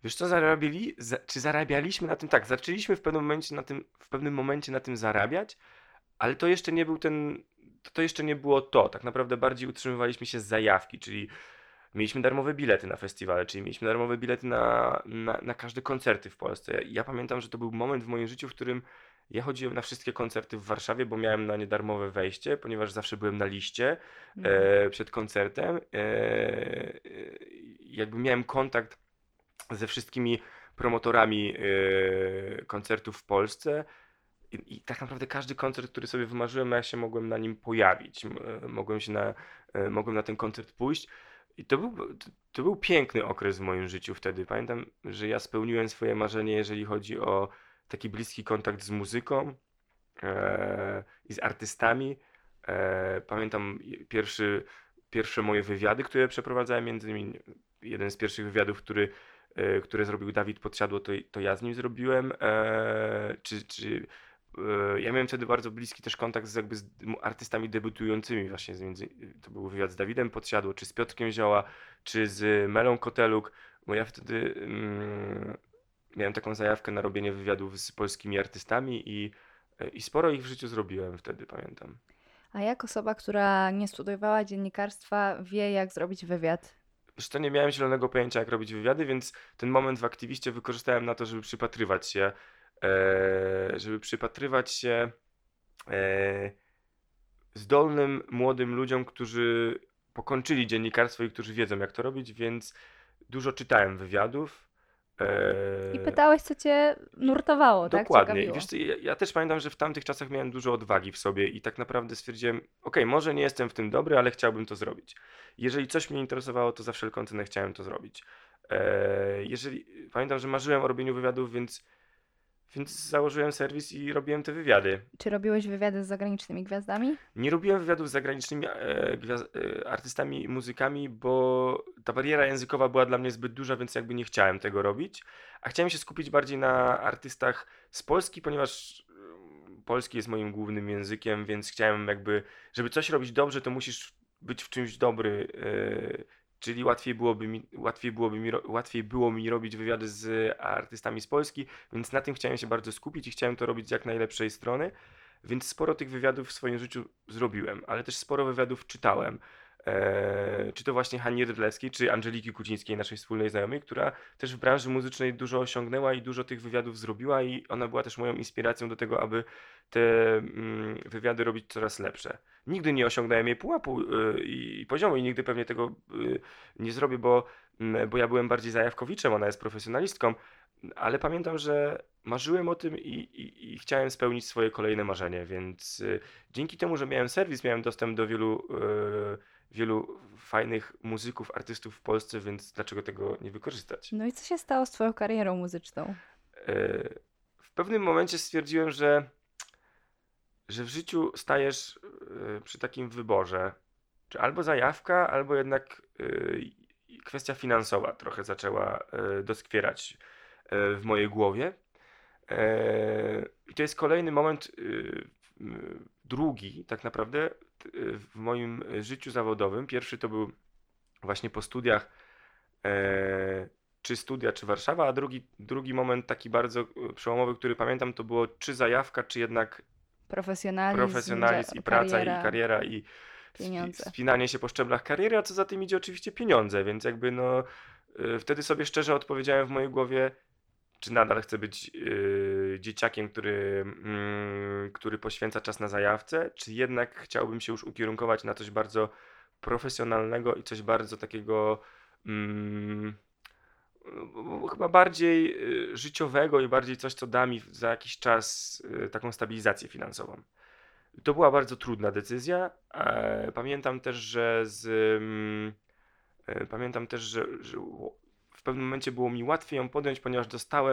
Wiesz co, czy zarabialiśmy na tym? Tak, zaczęliśmy w pewnym momencie na tym zarabiać, ale to jeszcze nie był to jeszcze nie było to. Tak naprawdę bardziej utrzymywaliśmy się z zajawki, czyli mieliśmy darmowe bilety na festiwale, czyli mieliśmy darmowe bilety na każde koncerty w Polsce. Ja pamiętam, że to był moment w moim życiu, w którym ja chodziłem na wszystkie koncerty w Warszawie, bo miałem na nie darmowe wejście, ponieważ zawsze byłem na liście Mhm. przed koncertem. Jakby miałem kontakt ze wszystkimi promotorami koncertów w Polsce. I tak naprawdę każdy koncert, który sobie wymarzyłem, ja się mogłem na nim pojawić. Mogłem na ten koncert pójść. I to był piękny okres w moim życiu wtedy. Pamiętam, że ja spełniłem swoje marzenie, jeżeli chodzi o taki bliski kontakt z muzyką i z artystami. Pamiętam pierwsze moje wywiady, które przeprowadzałem, między innymi jeden z pierwszych wywiadów, które zrobił Dawid Podsiadło, to ja z nim zrobiłem. Ja miałem wtedy bardzo bliski też kontakt z artystami debiutującymi właśnie. To był wywiad z Dawidem Podsiadło, czy z Piotrkiem Zioła, czy z Melą Koteluk, bo ja wtedy miałem taką zajawkę na robienie wywiadów z polskimi artystami i sporo ich w życiu zrobiłem wtedy, pamiętam. A jak osoba, która nie studiowała dziennikarstwa, wie, jak zrobić wywiad? Wiesz co, nie miałem zielonego pojęcia, jak robić wywiady, więc ten moment w Aktywiście wykorzystałem na to, żeby przypatrywać się e, zdolnym, młodym ludziom, którzy pokończyli dziennikarstwo i którzy wiedzą, jak to robić, więc dużo czytałem wywiadów. I e, pytałeś, co cię nurtowało, tak? Dokładnie. I wiesz Ciekawiło. co, ja też pamiętam, że w tamtych czasach miałem dużo odwagi w sobie i tak naprawdę stwierdziłem, okej, może nie jestem w tym dobry, ale chciałbym to zrobić. Jeżeli coś mnie interesowało, to za wszelką cenę chciałem to zrobić. Pamiętam, że marzyłem o robieniu wywiadów, więc założyłem serwis i robiłem te wywiady. Czy robiłeś wywiady z zagranicznymi gwiazdami? Nie robiłem wywiadów z zagranicznymi artystami i muzykami, bo ta bariera językowa była dla mnie zbyt duża, więc jakby nie chciałem tego robić. A chciałem się skupić bardziej na artystach z Polski, ponieważ polski jest moim głównym językiem, więc chciałem jakby, żeby coś robić dobrze, to musisz być w czymś dobry. Czyli łatwiej było mi robić wywiady z artystami z Polski, więc na tym chciałem się bardzo skupić i chciałem to robić z jak najlepszej strony. Więc sporo tych wywiadów w swoim życiu zrobiłem, ale też sporo wywiadów czytałem. Czy to właśnie Hani Rydlewskiej, czy Angeliki Kucińskiej, naszej wspólnej znajomej, która też w branży muzycznej dużo osiągnęła i dużo tych wywiadów zrobiła i ona była też moją inspiracją do tego, aby te wywiady robić coraz lepsze. Nigdy nie osiągnąłem jej pułapu i poziomu i nigdy pewnie tego nie zrobię, bo ja byłem bardziej zajawkowiczem, ona jest profesjonalistką, ale pamiętam, że marzyłem o tym i chciałem spełnić swoje kolejne marzenie, więc dzięki temu, że miałem serwis, miałem dostęp do wielu fajnych muzyków, artystów w Polsce, więc dlaczego tego nie wykorzystać? No i co się stało z twoją karierą muzyczną? E, W pewnym momencie stwierdziłem, że w życiu stajesz przy takim wyborze, czy albo zajawka, albo jednak kwestia finansowa trochę zaczęła doskwierać w mojej głowie. I to jest kolejny moment, drugi tak naprawdę w moim życiu zawodowym. Pierwszy to był właśnie po studiach, czy studia, czy Warszawa, a drugi moment taki bardzo przełomowy, który pamiętam, to było czy zajawka, czy jednak Profesjonalizm, profesjonalizm i praca i kariera, kariera i pieniądze. wspinanie się po szczeblach kariery, a co za tym idzie oczywiście pieniądze, więc jakby no wtedy sobie szczerze odpowiedziałem w mojej głowie, czy nadal chcę być dzieciakiem, który poświęca czas na zajawce, czy jednak chciałbym się już ukierunkować na coś bardzo profesjonalnego i coś bardzo takiego mm, chyba bardziej życiowego i bardziej coś, co da mi za jakiś czas taką stabilizację finansową. To była bardzo trudna decyzja. Pamiętam też, że w pewnym momencie było mi łatwiej ją podjąć, ponieważ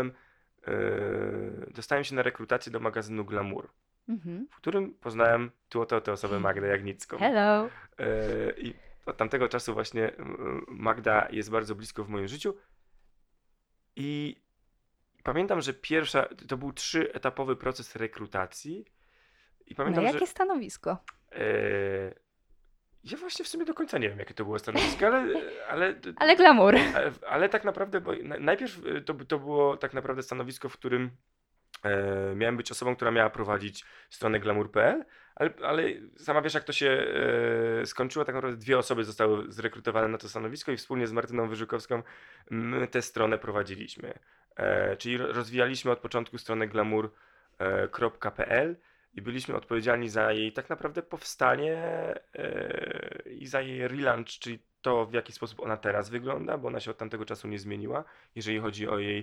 dostałem się na rekrutację do magazynu Glamour, Mhm. w którym poznałem tu oto tę osobę Magdę Jagnicką. Hello! I od tamtego czasu właśnie Magda jest bardzo blisko w moim życiu. I pamiętam, że to był 3-etapowy proces rekrutacji. I Na pamiętam, że jakie stanowisko? e, Ja właśnie w sumie do końca nie wiem, jakie to było stanowisko, ale, Ale glamour. ale tak naprawdę, bo najpierw to było tak naprawdę stanowisko, w którym miałem być osobą, która miała prowadzić stronę glamour.pl, ale sama wiesz, jak to się skończyło. Tak naprawdę dwie osoby zostały zrekrutowane na to stanowisko i wspólnie z Martyną Wyżykowską my tę stronę prowadziliśmy. Czyli rozwijaliśmy od początku stronę glamour.pl i byliśmy odpowiedzialni za jej tak naprawdę powstanie i za jej relaunch, czyli to, w jaki sposób ona teraz wygląda, bo ona się od tamtego czasu nie zmieniła, jeżeli chodzi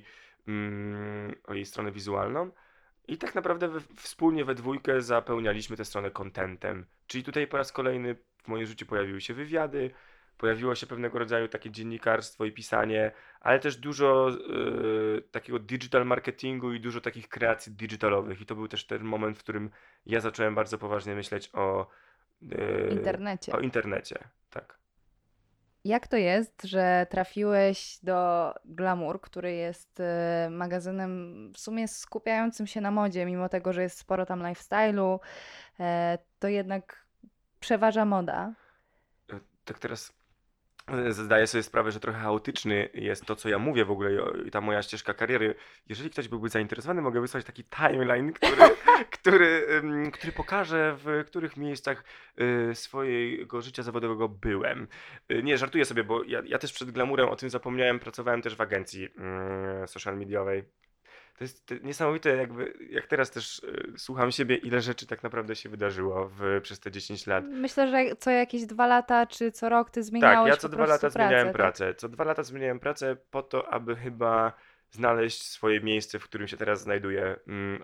o jej stronę wizualną. I tak naprawdę wspólnie we dwójkę zapełnialiśmy tę stronę contentem. Czyli tutaj po raz kolejny w moim życiu pojawiły się wywiady, pojawiło się pewnego rodzaju takie dziennikarstwo i pisanie, ale też dużo takiego digital marketingu i dużo takich kreacji digitalowych. I to był też ten moment, w którym ja zacząłem bardzo poważnie myśleć internecie. o internecie. Tak. Jak to jest, że trafiłeś do Glamour, który jest magazynem w sumie skupiającym się na modzie, mimo tego, że jest sporo tam lifestyle'u, to jednak przeważa moda. Tak teraz zdaję sobie sprawę, że trochę chaotyczny jest to, co ja mówię w ogóle i ta moja ścieżka kariery. Jeżeli ktoś byłby zainteresowany, mogę wysłać taki timeline, który pokaże, w których miejscach swojego życia zawodowego byłem. Nie, żartuję sobie, bo ja też przed Glamourem o tym zapomniałem, pracowałem też w agencji social mediowej. To jest niesamowite, jakby, jak teraz też słucham siebie, ile rzeczy tak naprawdę się wydarzyło przez te 10 lat. Myślę, że co jakieś 2 lata czy co rok ty Tak, ja zmieniałeś co po 2 lata prostu zmieniałem pracę, tak? pracę. Co 2 lata zmieniałem pracę po to, aby chyba znaleźć swoje miejsce, w którym się teraz znajduję,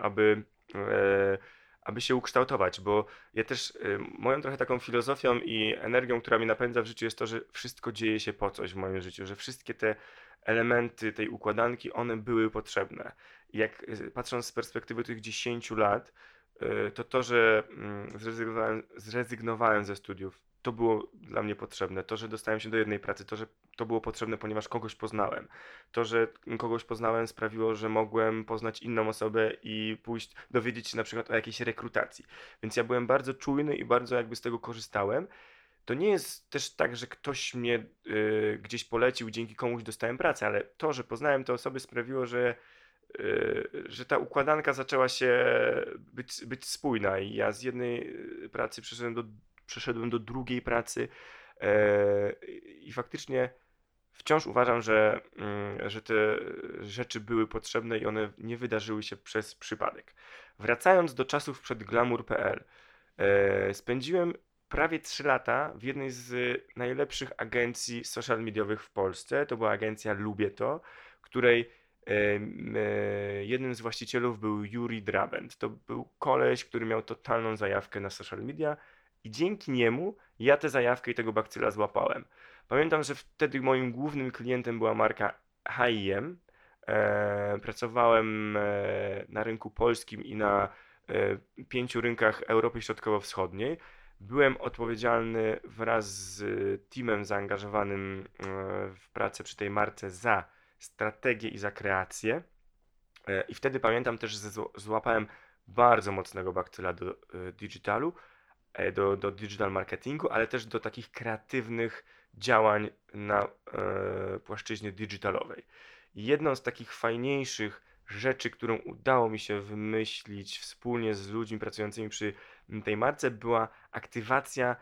aby się ukształtować, bo ja też moją trochę taką filozofią i energią, która mnie napędza w życiu jest to, że wszystko dzieje się po coś w moim życiu, że wszystkie te elementy tej układanki, one były potrzebne. I jak patrząc z perspektywy tych 10 lat, to, że zrezygnowałem ze studiów, to było dla mnie potrzebne. To, że dostałem się do jednej pracy, to, że to było potrzebne, ponieważ kogoś poznałem. To, że kogoś poznałem, sprawiło, że mogłem poznać inną osobę i pójść, dowiedzieć się na przykład o jakiejś rekrutacji. Więc ja byłem bardzo czujny i bardzo jakby z tego korzystałem. To nie jest też tak, że ktoś mnie gdzieś polecił, dzięki komuś dostałem pracę, ale to, że poznałem te osoby sprawiło, że ta układanka zaczęła się być spójna i ja z jednej pracy przeszedłem do drugiej pracy i faktycznie wciąż uważam, że te rzeczy były potrzebne i one nie wydarzyły się przez przypadek. Wracając do czasów przed glamour.pl, spędziłem prawie 3 lata w jednej z najlepszych agencji social mediowych w Polsce. To była agencja Lubię To, której jednym z właścicielów był Juri Drabent. To był koleś, który miał totalną zajawkę na social media i dzięki niemu ja tę zajawkę i tego bakcyla złapałem. Pamiętam, że wtedy moim głównym klientem była marka H&M. Pracowałem na rynku polskim i na 5 rynkach Europy Środkowo-Wschodniej. Byłem odpowiedzialny wraz z teamem zaangażowanym w pracę przy tej marce za strategię i za kreację. I wtedy pamiętam też, że złapałem bardzo mocnego bakcyla do digitalu, do digital marketingu, ale też do takich kreatywnych działań na płaszczyźnie digitalowej. I jedną z takich fajniejszych rzeczy, którą udało mi się wymyślić wspólnie z ludźmi pracującymi przy tej marce, była aktywacja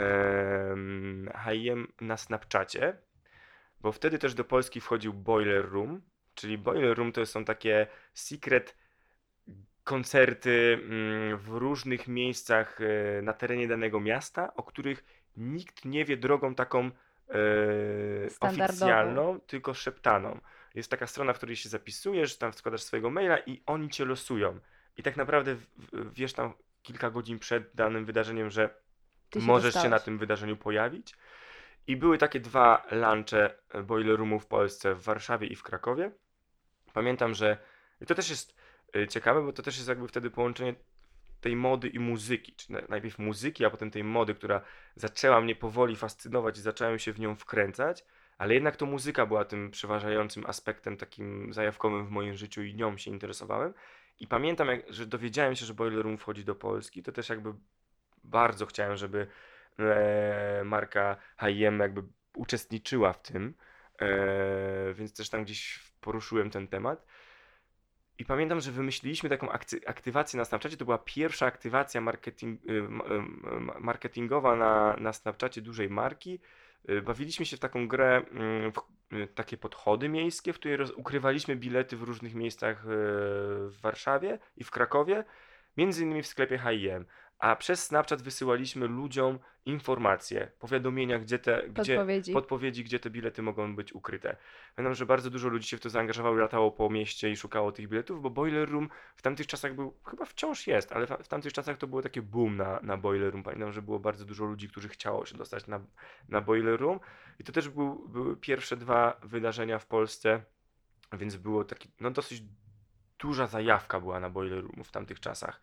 H&M na Snapchacie, bo wtedy też do Polski wchodził Boiler Room, czyli Boiler Room to są takie secret koncerty w różnych miejscach na terenie danego miasta, o których nikt nie wie drogą taką Standardową. oficjalną, tylko szeptaną. Jest taka strona, w której się zapisujesz, tam składasz swojego maila i oni cię losują. I tak naprawdę wiesz tam kilka godzin przed danym wydarzeniem, że Ty się możesz się na dostałeś. tym wydarzeniu pojawić. I były takie 2 lunche Boiler Roomu w Polsce, w Warszawie i w Krakowie. Pamiętam, że i to też jest ciekawe, bo to też jest jakby wtedy połączenie tej mody i muzyki, czy najpierw muzyki, a potem tej mody, która zaczęła mnie powoli fascynować i zacząłem się w nią wkręcać, ale jednak to muzyka była tym przeważającym aspektem takim zajawkowym w moim życiu i nią się interesowałem. I pamiętam, że dowiedziałem się, że Boiler Room wchodzi do Polski, to też jakby bardzo chciałem, żeby marka H&M jakby uczestniczyła w tym, więc też tam gdzieś poruszyłem ten temat. I pamiętam, że wymyśliliśmy taką aktywację na Snapchacie. To była pierwsza aktywacja marketingowa na Snapchacie dużej marki. Bawiliśmy się w taką grę, takie podchody miejskie, w której ukrywaliśmy bilety w różnych miejscach w Warszawie i w Krakowie, między innymi w sklepie H&M. A przez Snapchat wysyłaliśmy ludziom informacje, powiadomienia, podpowiedzi, gdzie te bilety mogą być ukryte. Pamiętam, że bardzo dużo ludzi się w to zaangażowało i latało po mieście i szukało tych biletów, bo Boiler Room w tamtych czasach był, chyba wciąż jest, ale w tamtych czasach to było takie boom na Boiler Room. Pamiętam, że było bardzo dużo ludzi, którzy chciało się dostać na Boiler Room i to też były pierwsze 2 wydarzenia w Polsce, więc było taki, no dosyć duża zajawka była na Boiler Room w tamtych czasach.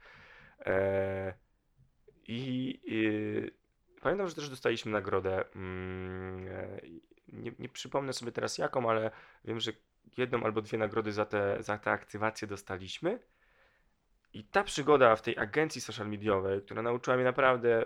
Pamiętam, że też dostaliśmy nagrodę. Nie przypomnę sobie teraz jaką, ale wiem, że 1 albo 2 nagrody za te aktywacje dostaliśmy. I ta przygoda w tej agencji social mediowej, która nauczyła mnie naprawdę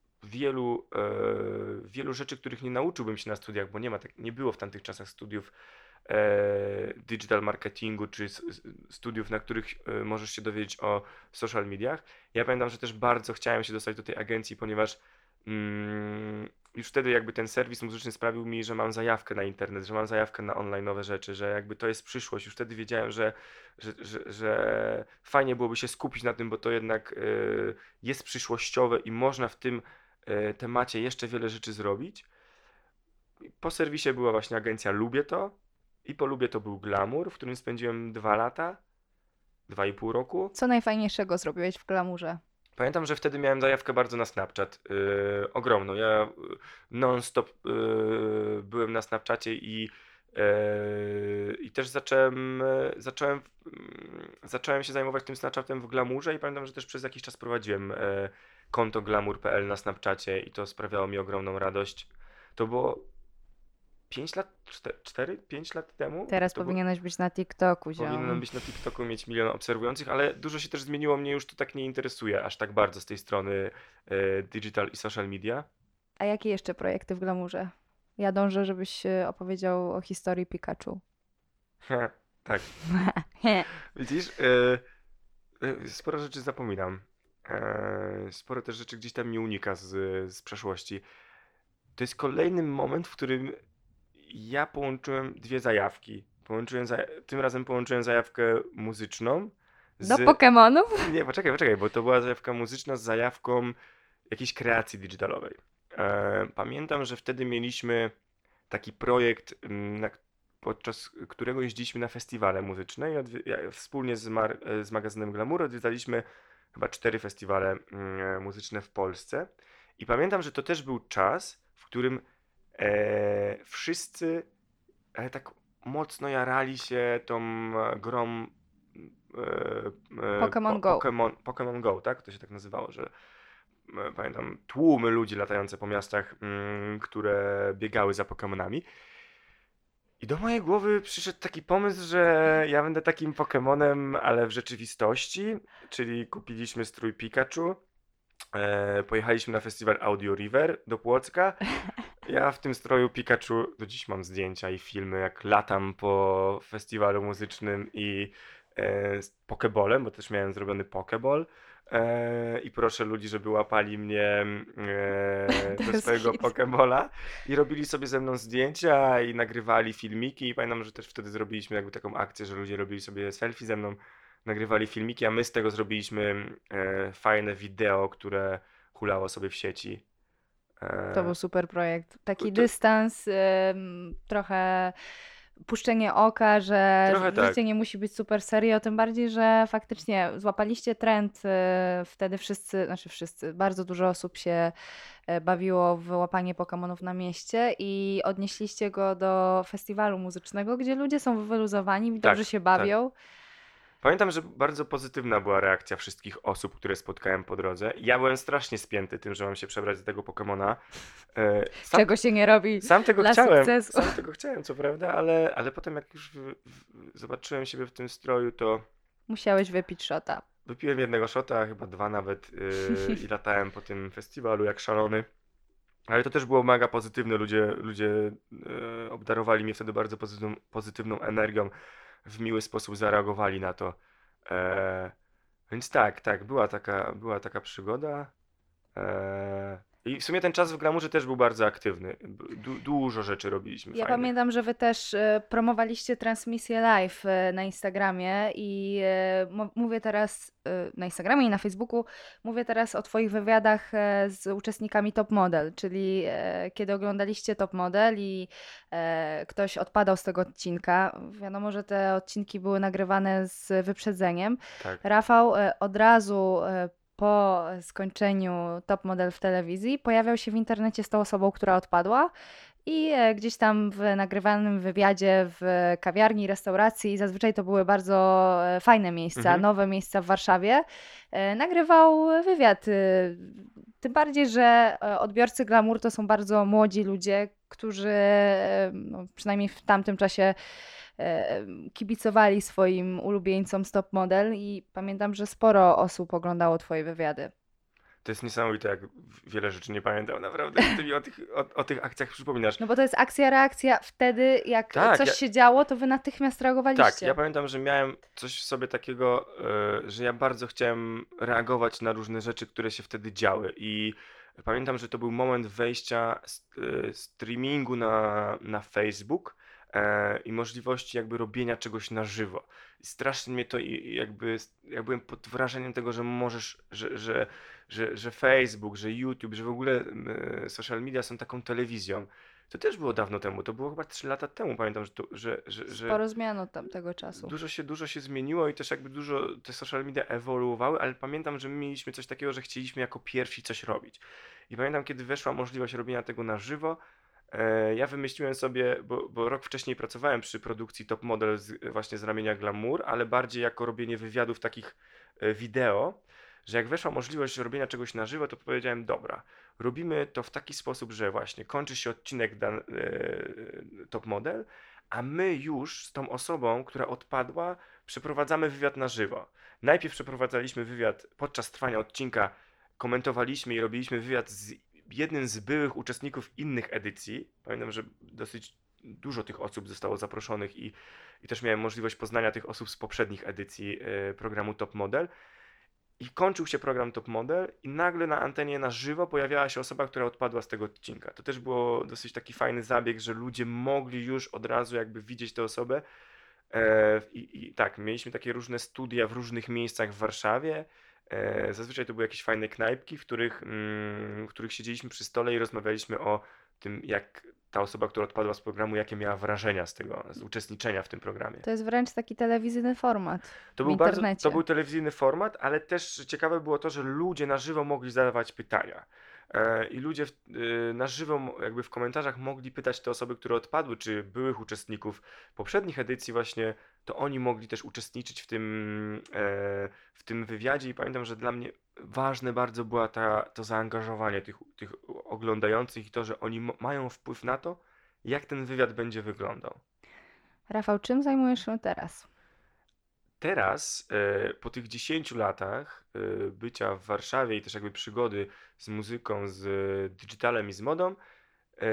wielu rzeczy, których nie nauczyłbym się na studiach, bo nie było w tamtych czasach studiów digital marketingu, czy studiów, na których możesz się dowiedzieć o social mediach. Ja pamiętam, że też bardzo chciałem się dostać do tej agencji, ponieważ już wtedy jakby ten serwis muzyczny sprawił mi, że mam zajawkę na internet, że mam zajawkę na online'owe rzeczy, że jakby to jest przyszłość. Już wtedy wiedziałem, że fajnie byłoby się skupić na tym, bo to jednak jest przyszłościowe i można w tym temacie jeszcze wiele rzeczy zrobić. Po serwisie była właśnie agencja Lubię To i po Lubię To był Glamour, w którym spędziłem 2 lata, 2,5 roku. Co najfajniejszego zrobiłeś w Glamourze? Pamiętam, że wtedy miałem zajawkę bardzo na Snapchat, ogromną. Ja non-stop byłem na Snapchacie i też zacząłem się zajmować tym Snapchatem w Glamourze i pamiętam, że też przez jakiś czas prowadziłem konto glamour.pl na Snapchacie i to sprawiało mi ogromną radość. To było 5 lat, 5 lat temu. Teraz To powinieneś być na TikToku, Powinienem być na TikToku, mieć 1 milion obserwujących, ale dużo się też zmieniło, mnie już to tak nie interesuje aż tak bardzo z tej strony digital i social media. A jakie jeszcze projekty w Glamourze? Ja dążę, żebyś opowiedział o historii Pikachu. Tak. Widzisz, sporo rzeczy zapominam. Sporo też rzeczy gdzieś tam mi unika z przeszłości. To jest kolejny moment, w którym ja połączyłem 2 zajawki. Tym razem połączyłem zajawkę muzyczną Do Pokemonów? Nie, poczekaj, bo to była zajawka muzyczna z zajawką jakiejś kreacji digitalowej. Pamiętam, że wtedy mieliśmy taki projekt, podczas którego jeździliśmy na festiwale muzyczne i wspólnie z magazynem Glamour odwiedzaliśmy chyba 4 festiwale muzyczne w Polsce. I pamiętam, że to też był czas, w którym wszyscy tak mocno jarali się tą grą Pokémon Go. Pokémon Go, tak? To się tak nazywało, że pamiętam tłumy ludzi latające po miastach, które biegały za Pokémonami. I do mojej głowy przyszedł taki pomysł, że ja będę takim Pokémonem, ale w rzeczywistości, czyli kupiliśmy strój Pikachu, pojechaliśmy na festiwal Audio River do Płocka. Ja w tym stroju Pikachu, do dziś mam zdjęcia i filmy, jak latam po festiwalu muzycznym i z Pokeballem, bo też miałem zrobiony Pokeball. I proszę ludzi, żeby łapali mnie do swojego Pokeballa i robili sobie ze mną zdjęcia i nagrywali filmiki. I pamiętam, że też wtedy zrobiliśmy jakby taką akcję, że ludzie robili sobie selfie ze mną, nagrywali filmiki, a my z tego zrobiliśmy fajne wideo, które hulało sobie w sieci. To był super projekt. Taki dystans, trochę puszczenie oka, że życie nie musi być super serio, tym bardziej, że faktycznie złapaliście trend wtedy wszyscy, bardzo dużo osób się bawiło w łapanie Pokemonów na mieście i odnieśliście go do festiwalu muzycznego, gdzie ludzie są wyluzowani, dobrze się bawią. Tak. Pamiętam, że bardzo pozytywna była reakcja wszystkich osób, które spotkałem po drodze. Ja byłem strasznie spięty tym, że mam się przebrać za tego Pokemona. Czego się nie robi sam tego dla chciałem, sukcesu. Sam tego chciałem, co prawda, ale potem jak już zobaczyłem siebie w tym stroju, to... Musiałeś wypić shota. Wypiłem 1 shota, chyba 2 nawet i latałem po tym festiwalu jak szalony. Ale to też było mega pozytywne. Ludzie obdarowali mnie wtedy bardzo pozytywną energią. W miły sposób zareagowali na to. E, więc tak, była taka przygoda. I w sumie ten czas w Glamourze też był bardzo aktywny. Dużo rzeczy robiliśmy Ja fajnych. pamiętam, że wy też promowaliście transmisję live na Instagramie i mówię teraz na Instagramie i na Facebooku, mówię teraz o twoich wywiadach z uczestnikami Top Model, czyli kiedy oglądaliście Top Model i ktoś odpadał z tego odcinka. Wiadomo, że te odcinki były nagrywane z wyprzedzeniem. Tak. Rafał od razu po skończeniu Top Model w telewizji pojawiał się w internecie z tą osobą, która odpadła. I gdzieś tam w nagrywanym wywiadzie w kawiarni, restauracji, zazwyczaj to były bardzo fajne miejsca, Mhm. nowe miejsca w Warszawie, nagrywał wywiad. Tym bardziej, że odbiorcy Glamour to są bardzo młodzi ludzie, którzy no, przynajmniej w tamtym czasie kibicowali swoim ulubieńcom z Top Model i pamiętam, że sporo osób oglądało twoje wywiady. To jest niesamowite, jak wiele rzeczy nie pamiętam. Naprawdę, ty mi o tych akcjach przypominasz. No bo to jest akcja, reakcja. Wtedy, jak Tak, coś się działo, to wy natychmiast ja reagowaliście. pamiętam, że miałem coś w sobie takiego, że ja bardzo chciałem reagować na różne rzeczy, które się wtedy działy. I pamiętam, że to był moment wejścia streamingu na Facebook i możliwości jakby robienia czegoś na żywo. I strasznie mnie to jakby, ja byłem pod wrażeniem tego, że możesz, że Facebook, że YouTube, że w ogóle social media są taką telewizją. To też było dawno temu, to było chyba 3 lata temu, pamiętam, że Sporo zmian od tamtego czasu. dużo się zmieniło i też jakby dużo te social media ewoluowały, ale pamiętam, że my mieliśmy coś takiego, że chcieliśmy jako pierwsi coś robić. I pamiętam, kiedy weszła możliwość robienia tego na żywo, ja wymyśliłem sobie, bo rok wcześniej pracowałem przy produkcji Top Model właśnie z ramienia Glamour, ale bardziej jako robienie wywiadów takich wideo, że jak weszła możliwość robienia czegoś na żywo, to powiedziałem, dobra, robimy to w taki sposób, że właśnie kończy się odcinek Top Model, a my już z tą osobą, która odpadła, przeprowadzamy wywiad na żywo. Najpierw przeprowadzaliśmy wywiad podczas trwania odcinka, komentowaliśmy i robiliśmy wywiad z jednym z byłych uczestników innych edycji. Pamiętam, że dosyć dużo tych osób zostało zaproszonych i też miałem możliwość poznania tych osób z poprzednich edycji programu Top Model. I kończył się program Top Model i nagle na antenie na żywo pojawiała się osoba, która odpadła z tego odcinka. To też było dosyć taki fajny zabieg, że ludzie mogli już od razu jakby widzieć tę osobę. I tak, mieliśmy takie różne studia w różnych miejscach w Warszawie. Zazwyczaj to były jakieś fajne knajpki, w których siedzieliśmy przy stole i rozmawialiśmy o tym, jak ta osoba, która odpadła z programu, jakie miała wrażenia z uczestniczenia w tym programie. To jest wręcz taki telewizyjny format To w był to internecie. był telewizyjny format, ale też ciekawe było to, że ludzie na żywo mogli zadawać pytania. I ludzie na żywo jakby w komentarzach mogli pytać te osoby, które odpadły, czy byłych uczestników poprzednich edycji właśnie, to oni mogli też uczestniczyć w tym wywiadzie i pamiętam, że dla mnie ważne bardzo było to zaangażowanie tych oglądających i to, że oni mają wpływ na to, jak ten wywiad będzie wyglądał. Rafał, czym zajmujesz się teraz? Teraz, po tych 10 latach bycia w Warszawie i też jakby przygody z muzyką, z digitalem i z modą, e,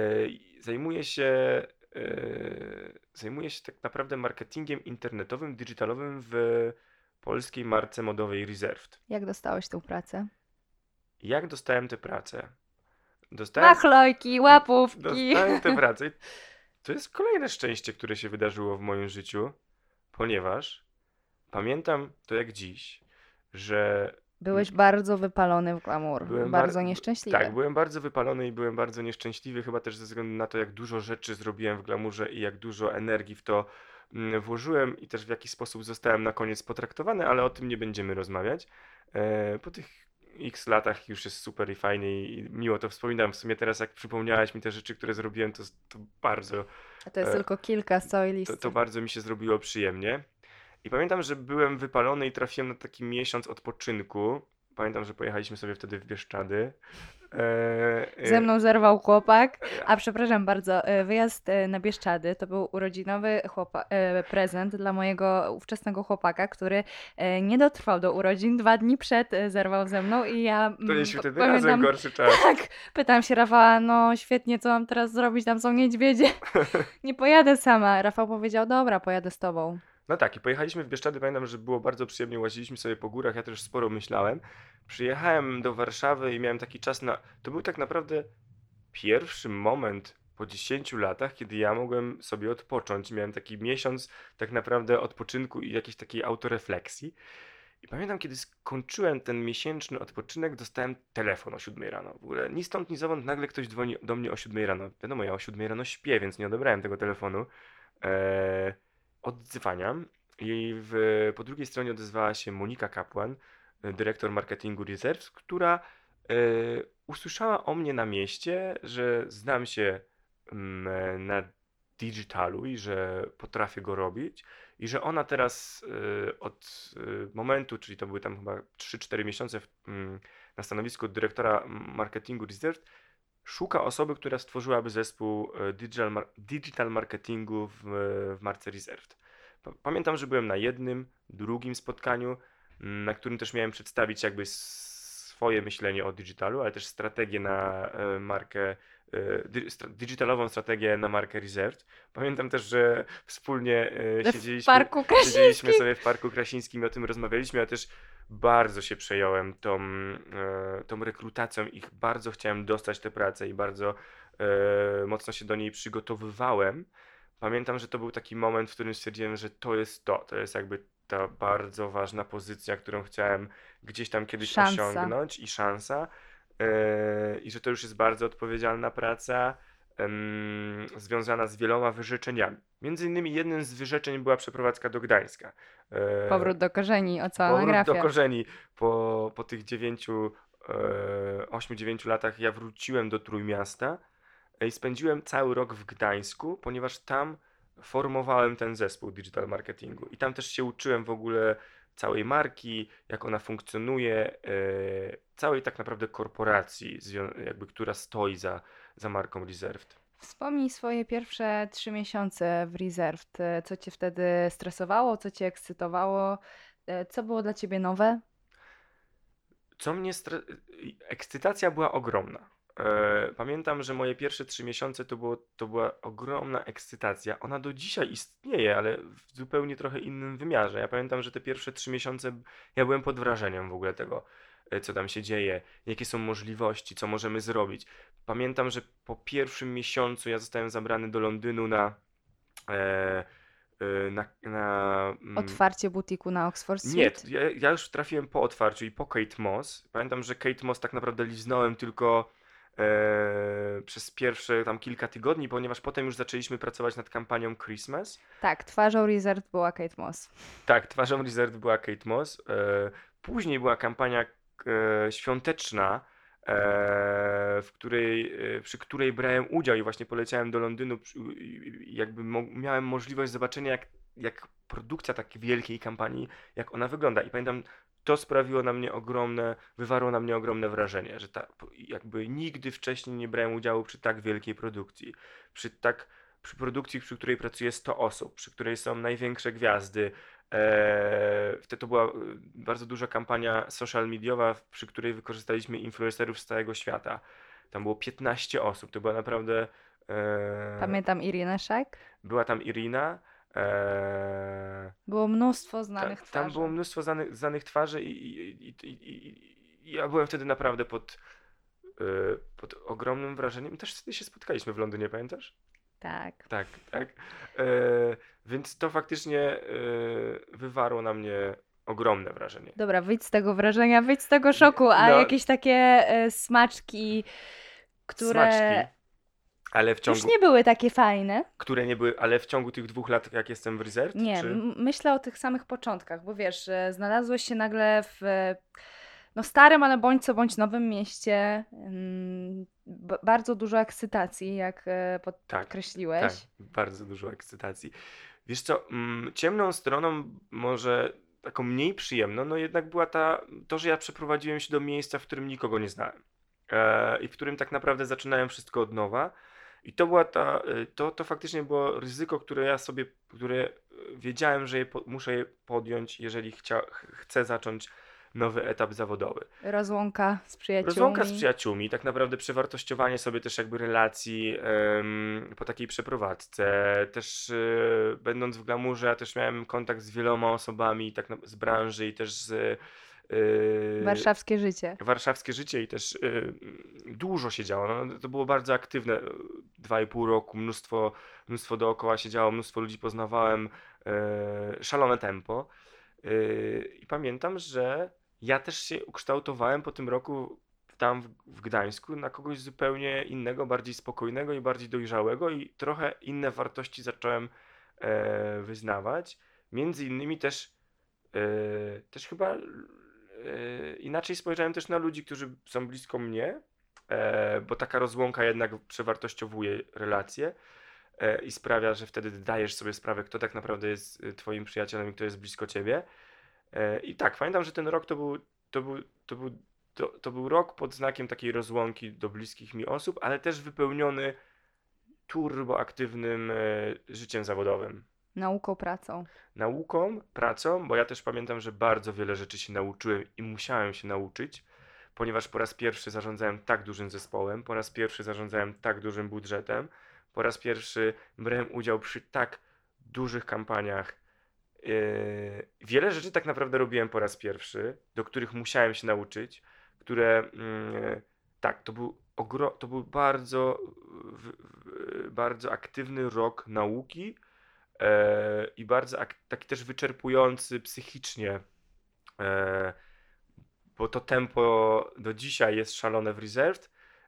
zajmuję się tak naprawdę marketingiem internetowym, digitalowym w polskiej marce modowej Reserved. Jak dostałeś tę pracę? Jak dostałem tę pracę? Dostałem, Machlojki, łapówki. dostałem tę pracę. To jest kolejne szczęście, które się wydarzyło w moim życiu, ponieważ pamiętam to jak dziś, że Byłeś bardzo wypalony w glamour. byłem Bardzo tak, nieszczęśliwy. byłem bardzo wypalony i byłem bardzo nieszczęśliwy, chyba też ze względu na to, jak dużo rzeczy zrobiłem w glamourze i jak dużo energii w to włożyłem i też w jaki sposób zostałem na koniec potraktowany, ale o tym nie będziemy rozmawiać. Po tych x latach już jest super i fajnie i miło to wspominam. W sumie teraz jak przypomniałaś mi te rzeczy, które zrobiłem, to bardzo A to jest e, tylko kilka z całej to listy. bardzo mi się zrobiło przyjemnie. I pamiętam, że byłem wypalony i trafiłem na taki miesiąc odpoczynku. Pamiętam, że pojechaliśmy sobie wtedy w Bieszczady. Ze mną zerwał chłopak, e, a przepraszam bardzo, wyjazd na Bieszczady to był urodzinowy prezent dla mojego ówczesnego chłopaka, który nie dotrwał do urodzin, 2 dni przed zerwał ze mną i ja Byliśmy wtedy razem pamiętam, gorszy czas. tak, pytam się Rafała, no świetnie, co mam teraz zrobić, tam są niedźwiedzie, nie pojadę sama. Rafał powiedział, dobra, pojadę z tobą. No tak, i pojechaliśmy w Bieszczady, pamiętam, że było bardzo przyjemnie, łaziliśmy sobie po górach, ja też sporo myślałem. Przyjechałem do Warszawy i miałem taki czas na... To był tak naprawdę pierwszy moment po 10 latach, kiedy ja mogłem sobie odpocząć. Miałem taki miesiąc tak naprawdę odpoczynku i jakiejś takiej autorefleksji. I pamiętam, kiedy skończyłem ten miesięczny odpoczynek, dostałem telefon o 7 rano. W ogóle ni stąd, ni zowąd nagle ktoś dzwoni do mnie o 7 rano. Wiadomo, ja o 7 rano śpię, więc nie odebrałem tego telefonu. Eee, Oddzwaniam i po drugiej stronie odezwała się Monika Kapłan, dyrektor marketingu Reserves, która usłyszała o mnie na mieście, że znam się na digitalu i że potrafię go robić i że ona teraz od momentu, czyli to były tam chyba 3-4 miesiące na stanowisku dyrektora marketingu Reserves, szuka osoby, która stworzyłaby zespół digital marketingu w marce Reserved. Pamiętam, że byłem na jednym, drugim spotkaniu, na którym też miałem przedstawić jakby swoje myślenie o digitalu, ale też strategię na markę, digitalową strategię na markę Reserved. Pamiętam też, że wspólnie W Parku Krasińskim. siedzieliśmy sobie w Parku Krasińskim i o tym rozmawialiśmy, ja też bardzo się przejąłem tą rekrutacją i bardzo chciałem dostać tę pracę i bardzo mocno się do niej przygotowywałem. Pamiętam, że to był taki moment, w którym stwierdziłem, że to jest jakby ta bardzo ważna pozycja, którą chciałem gdzieś tam kiedyś Szansa. osiągnąć i szansa. I że to już jest bardzo odpowiedzialna praca, związana z wieloma wyrzeczeniami. Między innymi jednym z wyrzeczeń była przeprowadzka do Gdańska. Powrót do korzeni, ocalona Powrót do grafia. korzeni. Po tych 8-9 latach ja wróciłem do Trójmiasta i spędziłem cały rok w Gdańsku, ponieważ tam formowałem ten zespół digital marketingu i tam też się uczyłem w ogóle całej marki, jak ona funkcjonuje, całej tak naprawdę korporacji, jakby, która stoi za marką Reserved. Wspomnij swoje pierwsze 3 miesiące w Reserved. Co cię wtedy stresowało, co cię ekscytowało, co było dla ciebie nowe? Co mnie ekscytacja była ogromna. Pamiętam, że moje pierwsze 3 miesiące to była ogromna ekscytacja. Ona do dzisiaj istnieje, ale w zupełnie trochę innym wymiarze. Ja pamiętam, że te pierwsze 3 miesiące ja byłem pod wrażeniem w ogóle tego, co tam się dzieje, jakie są możliwości, co możemy zrobić. Pamiętam, że po pierwszym miesiącu ja zostałem zabrany do Londynu e, na Otwarcie butiku na Oxford nie, Street? ja już trafiłem po otwarciu i po Kate Moss. Pamiętam, że Kate Moss tak naprawdę liznąłem tylko przez pierwsze tam kilka tygodni, ponieważ potem już zaczęliśmy pracować nad kampanią Christmas. Tak, twarzą Reserved była Kate Moss. Tak, twarzą Reserved była Kate Moss. Później była kampania świąteczna, przy której brałem udział i właśnie poleciałem do Londynu, i jakby miałem możliwość zobaczenia, jak produkcja takiej wielkiej kampanii, jak ona wygląda. I pamiętam, to wywarło na mnie ogromne wrażenie, że jakby nigdy wcześniej nie brałem udziału przy tak wielkiej produkcji, przy produkcji, przy której pracuje 100 osób, przy której są największe gwiazdy. Wtedy to była bardzo duża kampania social mediowa, przy której wykorzystaliśmy influencerów z całego świata. Tam było 15 osób, to była naprawdę... Pamiętam Irinę Shayk. Była tam Irina. Było mnóstwo znanych Tam twarzy. było mnóstwo znanych twarzy i ja byłem wtedy naprawdę pod ogromnym wrażeniem. Też wtedy się spotkaliśmy w Londynie, pamiętasz? Tak. Tak, tak. Więc to faktycznie wywarło na mnie ogromne wrażenie. Dobra, wyjdź z tego wrażenia, wyjdź z tego szoku, a No. jakieś takie smaczki, które Smaczki, ale już nie były takie fajne. które nie były, ale w ciągu tych 2 lat, jak jestem w Reserved? Nie, Czy... myślę o tych samych początkach, bo wiesz, że znalazłeś się nagle w starym, ale bądź co bądź nowym mieście. Bardzo dużo ekscytacji, jak podkreśliłeś. Tak, bardzo dużo ekscytacji. Wiesz co, ciemną stroną może taką mniej przyjemną, no jednak była to, że ja przeprowadziłem się do miejsca, w którym nikogo nie znałem. I w którym tak naprawdę zaczynałem wszystko od nowa. I to była to faktycznie było ryzyko, które wiedziałem, że muszę je podjąć, jeżeli chcę zacząć nowy etap zawodowy. Rozłąka z Rozłąka z przyjaciółmi. przyjaciółmi, tak naprawdę przewartościowanie sobie też jakby relacji po takiej przeprowadzce, też będąc w Glamourze, ja też miałem kontakt z wieloma osobami z branży i też z Warszawskie życie. warszawskie życie i też dużo się działo. No, to było bardzo aktywne, 2,5 roku, mnóstwo dookoła się działo, mnóstwo ludzi poznawałem, szalone tempo. I pamiętam, że ja też się ukształtowałem po tym roku tam w Gdańsku na kogoś zupełnie innego, bardziej spokojnego i bardziej dojrzałego i trochę inne wartości zacząłem wyznawać. Między innymi też chyba inaczej spojrzałem też na ludzi, którzy są blisko mnie, bo taka rozłąka jednak przewartościowuje relacje i sprawia, że wtedy dajesz sobie sprawę, kto tak naprawdę jest twoim przyjacielem i kto jest blisko ciebie. I tak, pamiętam, że ten rok to był, to był, to był rok pod znakiem takiej rozłąki do bliskich mi osób, ale też wypełniony turboaktywnym życiem zawodowym. Nauką, pracą. Nauką, pracą, bo ja też pamiętam, że bardzo wiele rzeczy się nauczyłem i musiałem się nauczyć, ponieważ po raz pierwszy zarządzałem tak dużym zespołem, po raz pierwszy zarządzałem tak dużym budżetem, po raz pierwszy brałem udział przy tak dużych kampaniach. Wiele rzeczy tak naprawdę robiłem po raz pierwszy, do których musiałem się nauczyć, które tak, to był bardzo aktywny rok nauki i bardzo taki też wyczerpujący psychicznie, e, bo to tempo do dzisiaj jest szalone w Reserved.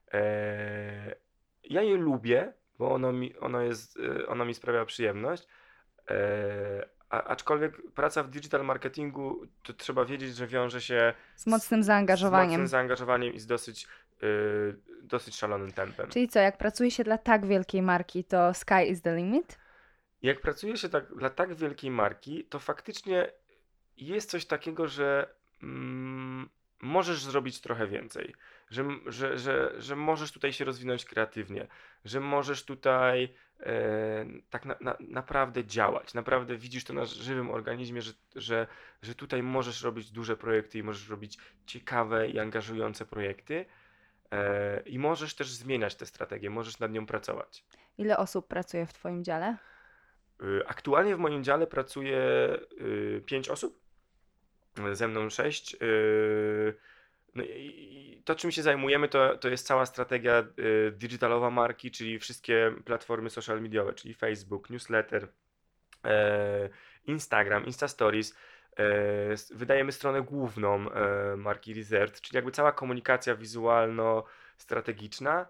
Ja je lubię, bo ono mi sprawia przyjemność. Aczkolwiek praca w digital marketingu, to trzeba wiedzieć, że wiąże się Z mocnym z zaangażowaniem. mocnym zaangażowaniem i z dosyć szalonym tempem. Czyli co, jak pracuje się dla tak wielkiej marki, to sky is the limit? Jak pracuje się dla tak wielkiej marki, to faktycznie jest coś takiego, że możesz zrobić trochę więcej, że możesz tutaj się rozwinąć kreatywnie, że możesz tutaj tak naprawdę działać, naprawdę widzisz to na żywym organizmie, że tutaj możesz robić duże projekty i możesz robić ciekawe i angażujące projekty i możesz też zmieniać tę strategię, możesz nad nią pracować. Ile osób pracuje w twoim dziale? Aktualnie w moim dziale pracuje 5 osób, ze mną 6. No i to, czym się zajmujemy, to jest cała strategia digitalowa marki, czyli wszystkie platformy social mediowe, czyli Facebook, newsletter, Instagram, Insta Stories. Wydajemy stronę główną marki Reserved, czyli jakby cała komunikacja wizualno-strategiczna.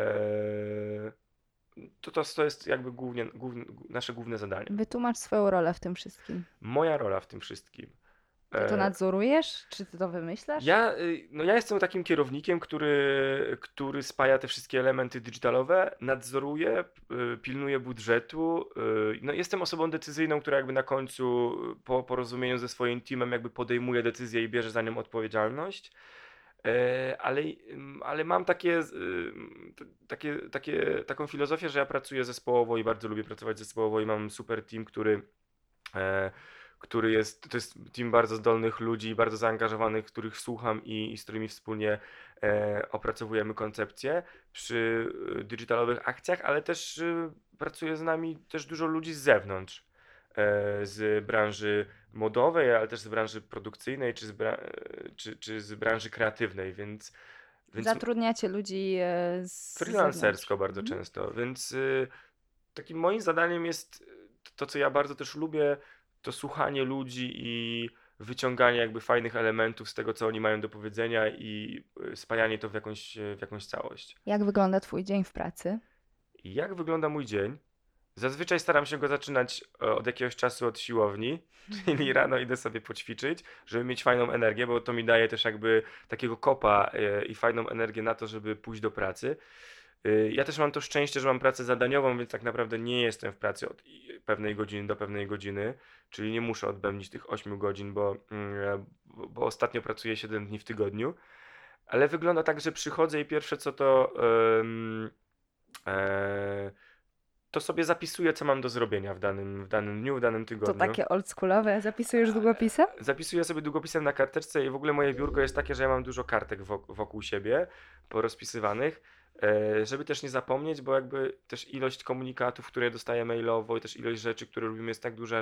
To jest jakby nasze główne zadanie. Wytłumacz swoją rolę w tym wszystkim. Moja rola w tym wszystkim. Ty to nadzorujesz? Czy ty to wymyślasz? Ja jestem takim kierownikiem, który spaja te wszystkie elementy digitalowe, nadzoruje, pilnuje budżetu. No, jestem osobą decyzyjną, która jakby na końcu po porozumieniu ze swoim teamem jakby podejmuje decyzję i bierze za nią odpowiedzialność. Ale mam taką filozofię, że ja pracuję zespołowo i bardzo lubię pracować zespołowo i mam super team, to jest team bardzo zdolnych ludzi, bardzo zaangażowanych, których słucham i z którymi wspólnie opracowujemy koncepcje przy digitalowych akcjach, ale też pracuje z nami też dużo ludzi z zewnątrz, z branży modowej, ale też z branży produkcyjnej, czy z branży kreatywnej, więc Zatrudniacie ludzi z freelancersko zewnątrz. bardzo często, więc takim moim zadaniem jest to, co ja bardzo też lubię, to słuchanie ludzi i wyciąganie jakby fajnych elementów z tego, co oni mają do powiedzenia i spajanie to w jakąś całość. Jak wygląda twój dzień w pracy? I jak wygląda mój dzień? Zazwyczaj staram się go zaczynać od jakiegoś czasu od siłowni, czyli rano idę sobie poćwiczyć, żeby mieć fajną energię, bo to mi daje też jakby takiego kopa i fajną energię na to, żeby pójść do pracy. Ja też mam to szczęście, że mam pracę zadaniową, więc tak naprawdę nie jestem w pracy od pewnej godziny do pewnej godziny, czyli nie muszę odbębnić tych 8 godzin, bo ostatnio pracuję 7 dni w tygodniu, ale wygląda tak, że przychodzę i pierwsze co e, to sobie zapisuję, co mam do zrobienia w danym dniu, w danym To tygodniu. takie oldschoolowe. Zapisujesz długopisem? Zapisuję sobie długopisem na karteczce i w ogóle moje biurko jest takie, że ja mam dużo kartek wokół siebie, porozpisywanych, żeby też nie zapomnieć, bo jakby też ilość komunikatów, które dostaję mailowo i też ilość rzeczy, które lubimy jest tak duża,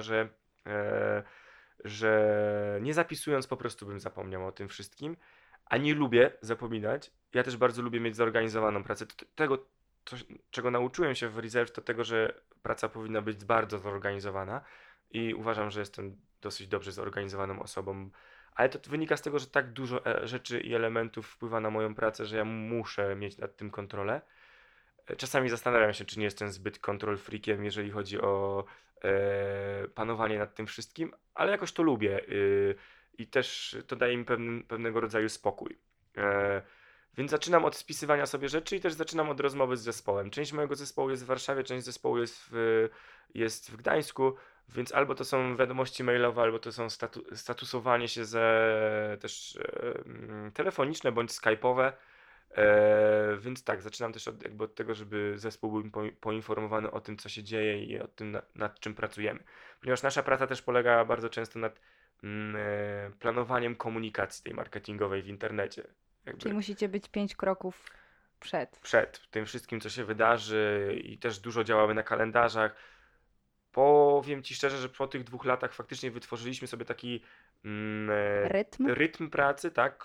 że nie zapisując po prostu bym zapomniał o tym wszystkim, a nie lubię zapominać. Ja też bardzo lubię mieć zorganizowaną pracę. Czego nauczyłem się w Reserve, to tego, że praca powinna być bardzo zorganizowana i uważam, że jestem dosyć dobrze zorganizowaną osobą, ale to wynika z tego, że tak dużo rzeczy i elementów wpływa na moją pracę, że ja muszę mieć nad tym kontrolę. Czasami zastanawiam się, czy nie jestem zbyt control freakiem, jeżeli chodzi o panowanie nad tym wszystkim, ale jakoś to lubię i też to daje mi pewnego rodzaju spokój. E, więc zaczynam od spisywania sobie rzeczy i też zaczynam od rozmowy z zespołem. Część mojego zespołu jest w Warszawie, część zespołu jest w Gdańsku, więc albo to są wiadomości mailowe, albo to są statusowanie się też telefoniczne bądź skype'owe. Więc tak, zaczynam też od tego, żeby zespół był poinformowany o tym, co się dzieje i o tym, nad czym pracujemy. Ponieważ nasza praca też polega bardzo często nad planowaniem komunikacji tej marketingowej w internecie. Czyli Jakby musicie być 5 kroków przed. przed tym wszystkim, co się wydarzy i też dużo działamy na kalendarzach. Powiem Ci szczerze, że po tych 2 latach faktycznie wytworzyliśmy sobie taki Rytm? rytm pracy, tak,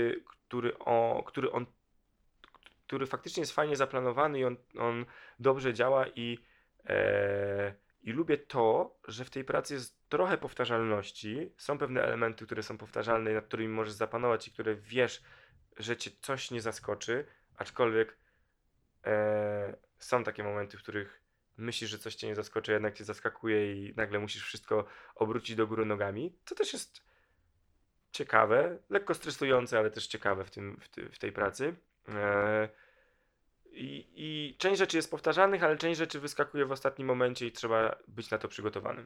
który faktycznie jest fajnie zaplanowany i on dobrze działa i lubię to, że w tej pracy jest trochę powtarzalności. Są pewne elementy, które są powtarzalne i nad którymi możesz zapanować i które wiesz, że cię coś nie zaskoczy, aczkolwiek są takie momenty, w których myślisz, że coś cię nie zaskoczy, jednak cię zaskakuje i nagle musisz wszystko obrócić do góry nogami. To też jest ciekawe, lekko stresujące, ale też ciekawe w tej pracy. E, I część rzeczy jest powtarzalnych, ale część rzeczy wyskakuje w ostatnim momencie i trzeba być na to przygotowanym.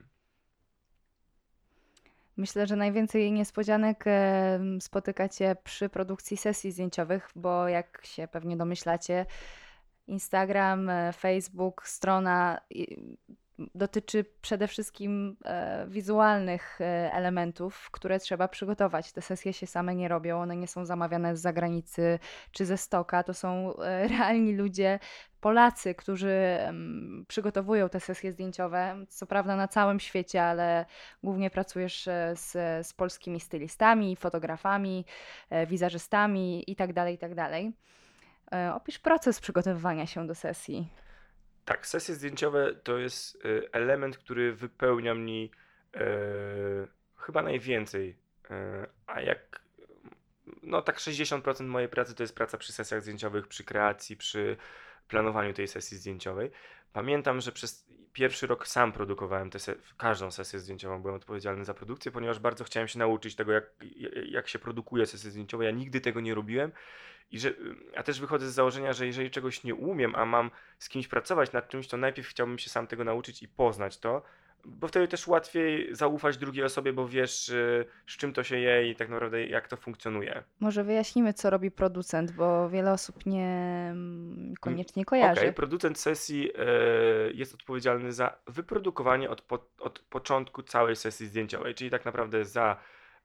Myślę, że najwięcej niespodzianek spotykacie przy produkcji sesji zdjęciowych, bo jak się pewnie domyślacie, Instagram, Facebook, strona dotyczy przede wszystkim wizualnych elementów, które trzeba przygotować. Te sesje się same nie robią, one nie są zamawiane z zagranicy czy ze stoka. To są realni ludzie, Polacy, którzy przygotowują te sesje zdjęciowe. Co prawda na całym świecie, ale głównie pracujesz z polskimi stylistami, fotografami, wizerzystami itd., itd. Opisz proces przygotowywania się do sesji. Tak, sesje zdjęciowe to jest element, który wypełnia mi e, chyba najwięcej. A jak no tak 60% mojej pracy to jest praca przy sesjach zdjęciowych, przy kreacji, przy planowaniu tej sesji zdjęciowej. Pamiętam, że przez pierwszy rok sam produkowałem każdą sesję zdjęciową, byłem odpowiedzialny za produkcję, ponieważ bardzo chciałem się nauczyć tego, jak się produkuje sesje zdjęciowe. Ja nigdy tego nie robiłem a też wychodzę z założenia, że jeżeli czegoś nie umiem, a mam z kimś pracować nad czymś, to najpierw chciałbym się sam tego nauczyć i poznać to, bo wtedy też łatwiej zaufać drugiej osobie, bo wiesz, z czym to się je i tak naprawdę jak to funkcjonuje. Może wyjaśnimy, co robi producent, bo wiele osób koniecznie kojarzy. Okej, producent sesji jest odpowiedzialny za wyprodukowanie od początku całej sesji zdjęciowej, czyli tak naprawdę za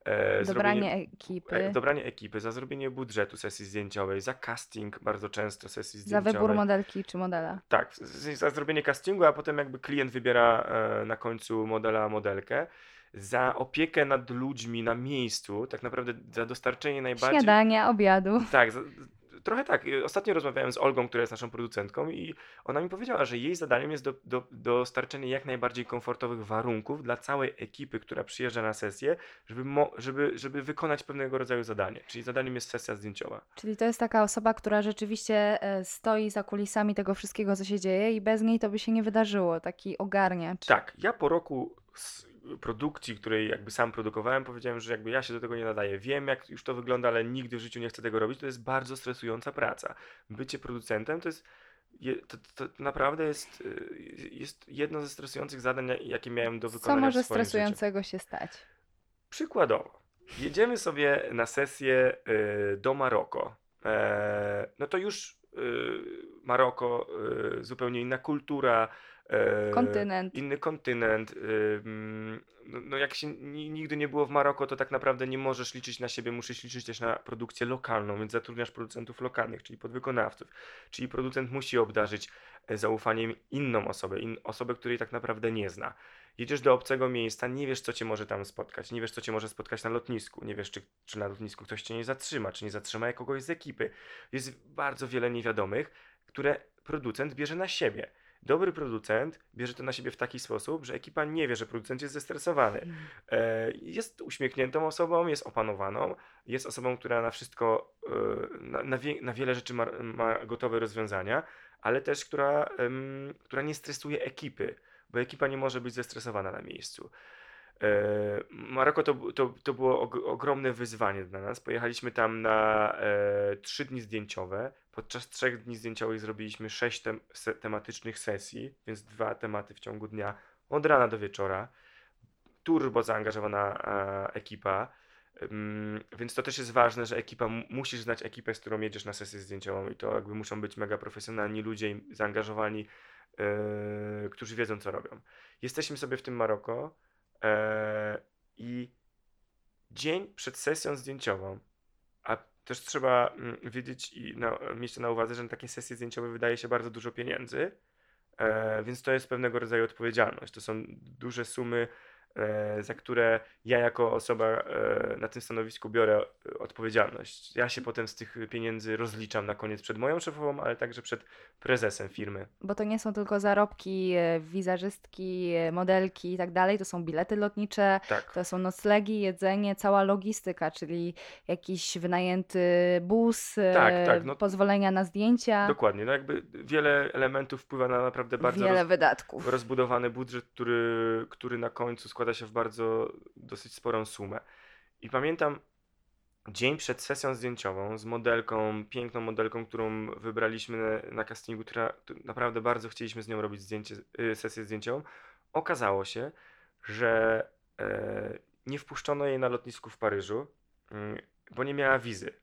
dobranie ekipy, za zrobienie budżetu sesji zdjęciowej, za casting bardzo często sesji Za zdjęciowej. wybór modelki czy modela. Tak, za zrobienie castingu, a potem jakby klient wybiera na końcu modela, modelkę. Za opiekę nad ludźmi na miejscu, tak naprawdę za dostarczenie najbardziej... Śniadania, obiadu. Tak, trochę tak. Ostatnio rozmawiałem z Olgą, która jest naszą producentką i ona mi powiedziała, że jej zadaniem jest dostarczenie jak najbardziej komfortowych warunków dla całej ekipy, która przyjeżdża na sesję, żeby wykonać pewnego rodzaju zadanie. Czyli zadaniem jest sesja zdjęciowa. Czyli to jest taka osoba, która rzeczywiście stoi za kulisami tego wszystkiego, co się dzieje i bez niej to by się nie wydarzyło. Taki ogarniacz. Tak, ja po roku produkcji, której jakby sam produkowałem, powiedziałem, że jakby ja się do tego nie nadaję. Wiem, jak już to wygląda, ale nigdy w życiu nie chcę tego robić. To jest bardzo stresująca praca. Bycie producentem to jest To naprawdę jest jedno ze stresujących zadań, jakie miałem do Co wykonania w może swoim życiu. stresującego się stać? Przykładowo, jedziemy sobie na sesję do Maroko. No to już Maroko, zupełnie inna kultura, Kontynent. inny kontynent. No jak się nigdy nie było w Maroko, to tak naprawdę nie możesz liczyć na siebie, musisz liczyć też na produkcję lokalną, więc zatrudniasz producentów lokalnych, czyli podwykonawców. Czyli producent musi obdarzyć zaufaniem inną osobę, osobę, której tak naprawdę nie zna. Jedziesz do obcego miejsca, nie wiesz, co cię może tam spotkać, nie wiesz, co cię może spotkać na lotnisku, nie wiesz, czy na lotnisku ktoś cię nie zatrzyma, czy nie zatrzyma kogoś z ekipy. Jest bardzo wiele niewiadomych, które producent bierze na siebie. Dobry producent bierze to na siebie w taki sposób, że ekipa nie wie, że producent jest zestresowany. Jest uśmiechniętą osobą, jest opanowaną, jest osobą, która na wszystko, na wiele rzeczy ma gotowe rozwiązania, ale też która nie stresuje ekipy, bo ekipa nie może być zestresowana na miejscu. Maroko to było ogromne wyzwanie dla nas. Pojechaliśmy tam na 3 dni zdjęciowe. Podczas 3 dni zdjęciowych zrobiliśmy 6 tematycznych sesji, więc 2 tematy w ciągu dnia, od rana do wieczora. Turbo zaangażowana ekipa. Więc to też jest ważne, że musisz znać ekipę, z którą jedziesz na sesję zdjęciową i to jakby muszą być mega profesjonalni ludzie zaangażowani, którzy wiedzą, co robią. Jesteśmy sobie w tym Maroko i dzień przed sesją zdjęciową, a też trzeba wiedzieć i mieć to na uwadze, że na takie sesje zdjęciowe wydaje się bardzo dużo pieniędzy, więc to jest pewnego rodzaju odpowiedzialność. To są duże sumy, za które ja jako osoba na tym stanowisku biorę odpowiedzialność. Ja się potem z tych pieniędzy rozliczam na koniec przed moją szefową, ale także przed prezesem firmy. Bo to nie są tylko zarobki wizerzystki, modelki i tak dalej, to są bilety lotnicze, Tak. to są noclegi, jedzenie, cała logistyka, czyli jakiś wynajęty bus, Tak, no pozwolenia na zdjęcia, dokładnie. No jakby wiele elementów wpływa na naprawdę bardzo wiele wydatków. rozbudowany budżet, który na końcu składa się w dosyć sporą sumę. I pamiętam dzień przed sesją zdjęciową z modelką, piękną modelką, którą wybraliśmy na castingu, która naprawdę bardzo chcieliśmy z nią robić sesję zdjęciową. Okazało się, że nie wpuszczono jej na lotnisku w Paryżu, bo nie miała wizy.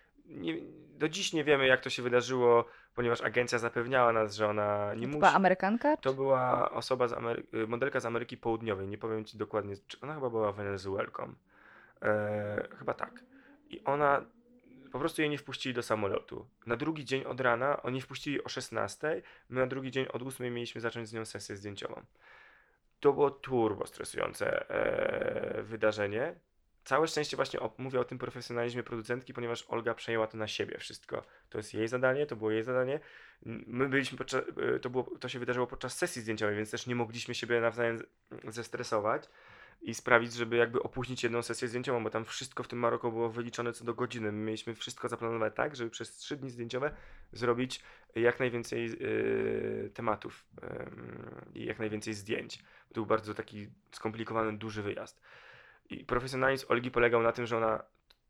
Do dziś nie wiemy, jak to się wydarzyło, ponieważ agencja zapewniała nas, że ona nie To musi. była Amerykanka? To była osoba modelka z Ameryki Południowej, nie powiem ci dokładnie, czy ona chyba była Wenezuelką. Chyba tak. I ona, po prostu jej nie wpuścili do samolotu. Na drugi dzień od rana, oni wpuścili o 16, my na drugi dzień od 8 mieliśmy zacząć z nią sesję zdjęciową. To było turbo stresujące wydarzenie. Całe szczęście właśnie mówię o tym profesjonalizmie producentki, ponieważ Olga przejęła to na siebie wszystko. To jest jej zadanie, to było jej zadanie. My byliśmy to się wydarzyło podczas sesji zdjęciowej, więc też nie mogliśmy siebie nawzajem zestresować i sprawić, żeby jakby opóźnić jedną sesję zdjęciową, bo tam wszystko w tym Maroku było wyliczone co do godziny. My mieliśmy wszystko zaplanowane tak, żeby przez 3 dni zdjęciowe zrobić jak najwięcej tematów i jak najwięcej zdjęć. To był bardzo taki skomplikowany, duży wyjazd. I profesjonalizm Olgi polegał na tym, że ona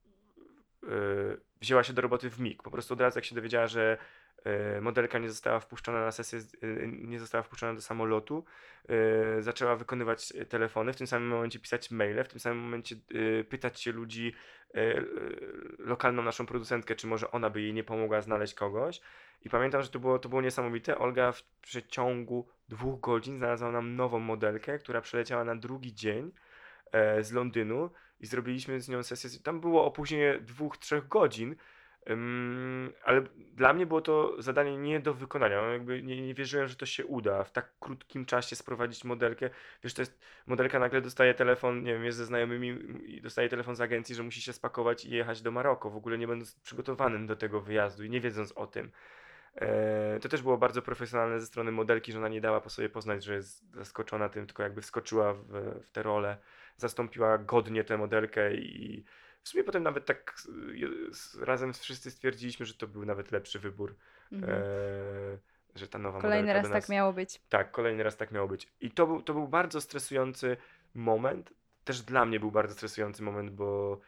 wzięła się do roboty w mig. Po prostu od razu jak się dowiedziała, że modelka nie została wpuszczona na sesję, nie została wpuszczona do samolotu, zaczęła wykonywać telefony, w tym samym momencie pisać maile, w tym samym momencie pytać się ludzi, lokalną naszą producentkę, czy może ona by jej nie pomogła znaleźć kogoś. I pamiętam, że to było niesamowite. Olga w przeciągu 2 godzin znalazła nam nową modelkę, która przyleciała na drugi dzień z Londynu i zrobiliśmy z nią sesję. Tam było opóźnienie 2-3 godzin, ale dla mnie było to zadanie nie do wykonania. No jakby nie wierzyłem, że to się uda w tak krótkim czasie sprowadzić modelkę. Wiesz, to jest modelka nagle dostaje telefon, nie wiem, jest ze znajomymi i dostaje telefon z agencji, że musi się spakować i jechać do Maroko, w ogóle nie będąc przygotowanym do tego wyjazdu i nie wiedząc o tym. To też było bardzo profesjonalne ze strony modelki, że ona nie dała po sobie poznać, że jest zaskoczona tym, tylko jakby wskoczyła w tę rolę, zastąpiła godnie tę modelkę i w sumie potem nawet tak razem wszyscy stwierdziliśmy, że to był nawet lepszy wybór, że ta nowa Kolejny modelka raz do nas... tak miało być. Tak, kolejny raz tak miało być. I to był bardzo stresujący moment. Też dla mnie był bardzo stresujący moment,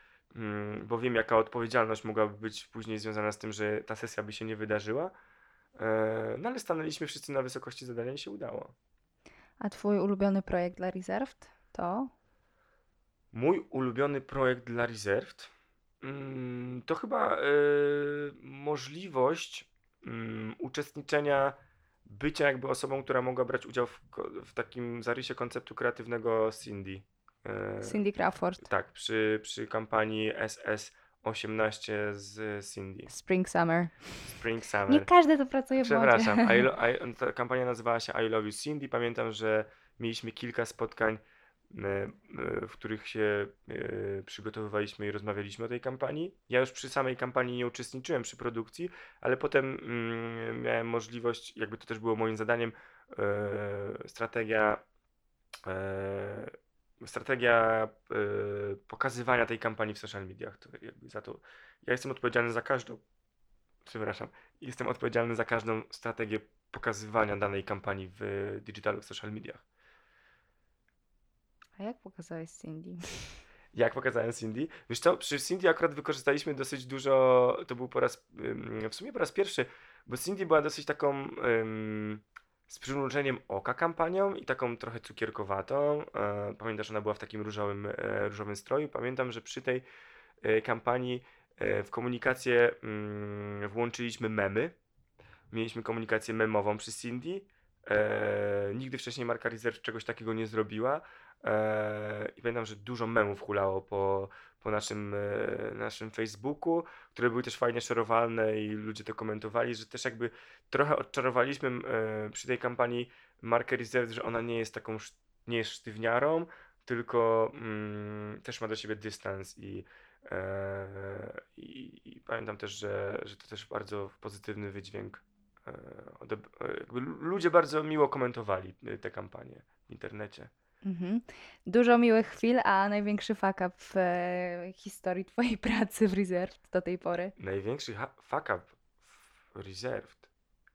bo wiem, jaka odpowiedzialność mogłaby być później związana z tym, że ta sesja by się nie wydarzyła. No ale stanęliśmy wszyscy na wysokości zadania i się udało. A twój ulubiony projekt dla Reserved to? Mój ulubiony projekt dla Reserved to chyba możliwość uczestniczenia, bycia jakby osobą, która mogła brać udział w takim zarysie konceptu kreatywnego Cindy. Cindy Crawford. Tak, przy kampanii SS18 z Cindy. Spring Summer. Spring Summer. Nie każdy to pracuje w modzie. Przepraszam, ta kampania nazywała się I Love You Cindy. Pamiętam, że mieliśmy kilka spotkań, w których się przygotowywaliśmy i rozmawialiśmy o tej kampanii. Ja już przy samej kampanii nie uczestniczyłem przy produkcji, ale potem miałem możliwość, jakby to też było moim zadaniem, strategia pokazywania tej kampanii w social mediach. To jakby za to ja jestem odpowiedzialny za każdą. Przepraszam. Jestem odpowiedzialny za każdą strategię pokazywania danej kampanii w digitalu, w social mediach. A jak pokazałeś Cindy? Jak pokazałem Cindy? Wiesz co, przy Cindy akurat wykorzystaliśmy dosyć dużo, to był w sumie po raz pierwszy, bo Cindy była dosyć taką z przymrużeniem oka kampanią i taką trochę cukierkowatą. Pamiętam, że ona była w takim różowym stroju. Pamiętam, że przy tej kampanii w komunikację włączyliśmy memy. Mieliśmy komunikację memową przy Cindy. Nigdy wcześniej marka Reserved czegoś takiego nie zrobiła. I pamiętam, że dużo memów hulało po naszym Facebooku, które były też fajnie szerowalne i ludzie to komentowali, że też jakby trochę odczarowaliśmy przy tej kampanii markę Reserved, że ona nie jest nie jest sztywniarą, tylko też ma do siebie dystans i pamiętam też, że to też bardzo pozytywny wydźwięk. Jakby ludzie bardzo miło komentowali te kampanie w internecie. Mhm. Dużo miłych chwil, a największy fuck up w historii twojej pracy w Reserved do tej pory? Największy fuck up w Reserved.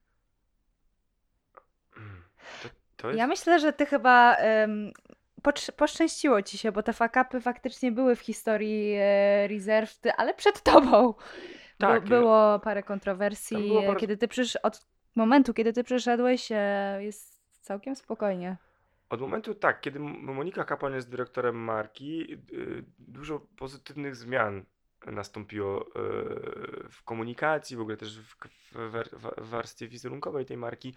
To jest... Ja myślę, że ty chyba poszczęściło ci się, bo te fuck upy faktycznie były w historii Reserved, ale przed tobą. Tak, Było parę kontrowersji. Od momentu, kiedy ty przyszedłeś, jest całkiem spokojnie. Od momentu, tak, kiedy Monika Kapłan jest dyrektorem marki, dużo pozytywnych zmian nastąpiło w komunikacji, w ogóle też w warstwie wizerunkowej tej marki.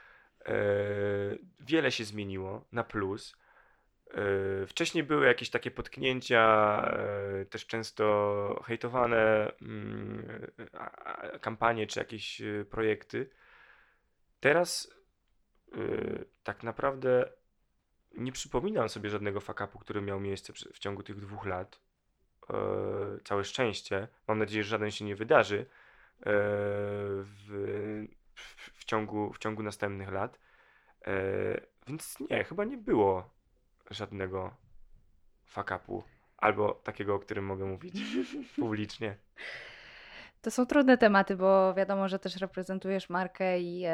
Wiele się zmieniło na plus. Wcześniej były jakieś takie potknięcia, też często hejtowane kampanie czy jakieś projekty. Teraz tak naprawdę nie przypominam sobie żadnego fuck-upu, który miał miejsce w ciągu tych 2 lat. Całe szczęście. Mam nadzieję, że żaden się nie wydarzy w ciągu następnych lat. Więc nie, chyba nie było żadnego fuck-upu. Albo takiego, o którym mogę mówić publicznie. To są trudne tematy, bo wiadomo, że też reprezentujesz markę i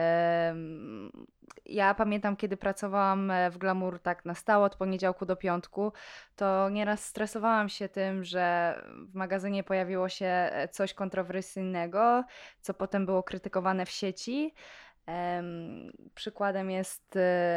ja pamiętam, kiedy pracowałam w Glamour tak na stałe od poniedziałku do piątku, to nieraz stresowałam się tym, że w magazynie pojawiło się coś kontrowersyjnego, co potem było krytykowane w sieci. Przykładem jest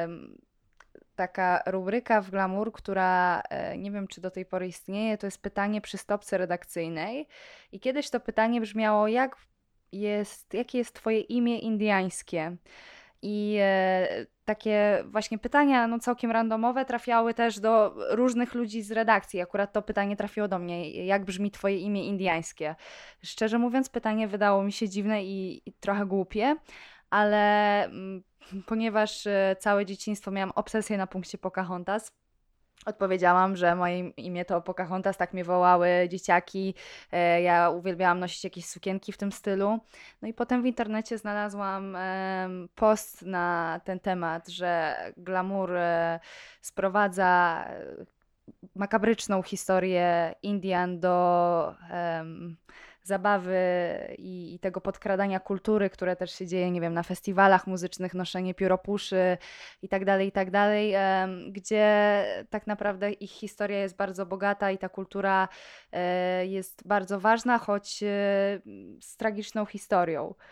taka rubryka w Glamour, która nie wiem, czy do tej pory istnieje, to jest pytanie przy stopce redakcyjnej. I kiedyś to pytanie brzmiało, jakie jest twoje imię indiańskie? I takie właśnie pytania, no całkiem randomowe, trafiały też do różnych ludzi z redakcji. Akurat to pytanie trafiło do mnie. Jak brzmi twoje imię indiańskie? Szczerze mówiąc, pytanie wydało mi się dziwne i trochę głupie, ale ponieważ całe dzieciństwo miałam obsesję na punkcie Pocahontas, odpowiedziałam, że moje imię to Pocahontas, tak mnie wołały dzieciaki. Ja uwielbiałam nosić jakieś sukienki w tym stylu. No i potem w internecie znalazłam post na ten temat, że Glamour sprowadza makabryczną historię Indian do zabawy i tego podkradania kultury, które też się dzieje, nie wiem, na festiwalach muzycznych, noszenie pióropuszy i tak dalej, gdzie tak naprawdę ich historia jest bardzo bogata i ta kultura jest bardzo ważna, choć z tragiczną historią.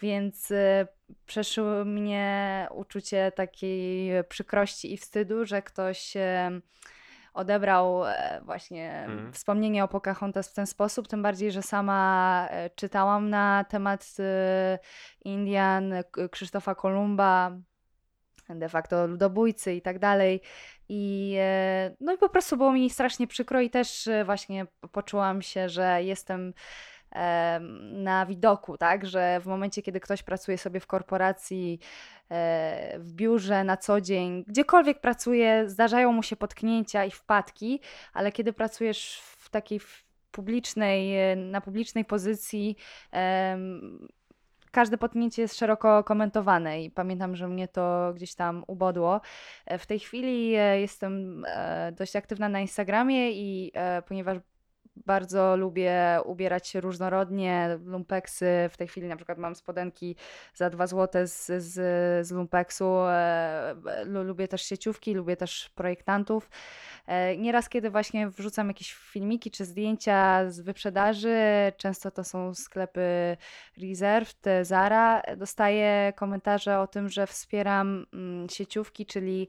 więc przeszyło mnie uczucie takiej przykrości i wstydu, że ktoś odebrał właśnie Mhm. wspomnienie o Pocahontas w ten sposób, tym bardziej, że sama czytałam na temat Indian, Krzysztofa Kolumba, de facto ludobójcy i tak dalej. No i po prostu było mi strasznie przykro i też właśnie poczułam się, że jestem na widoku, tak, że w momencie, kiedy ktoś pracuje sobie w korporacji, w biurze na co dzień, gdziekolwiek pracuje, zdarzają mu się potknięcia i wpadki, ale kiedy pracujesz w takiej publicznej, na publicznej pozycji, każde potknięcie jest szeroko komentowane i pamiętam, że mnie to gdzieś tam ubodło. W tej chwili jestem dość aktywna na Instagramie i ponieważ bardzo lubię ubierać się różnorodnie, lumpeksy. W tej chwili na przykład mam spodenki za 2 złote z lumpeksu. Lubię też sieciówki, lubię też projektantów. Nieraz, kiedy właśnie wrzucam jakieś filmiki czy zdjęcia z wyprzedaży, często to są sklepy Reserved, Zara, dostaję komentarze o tym, że wspieram sieciówki, czyli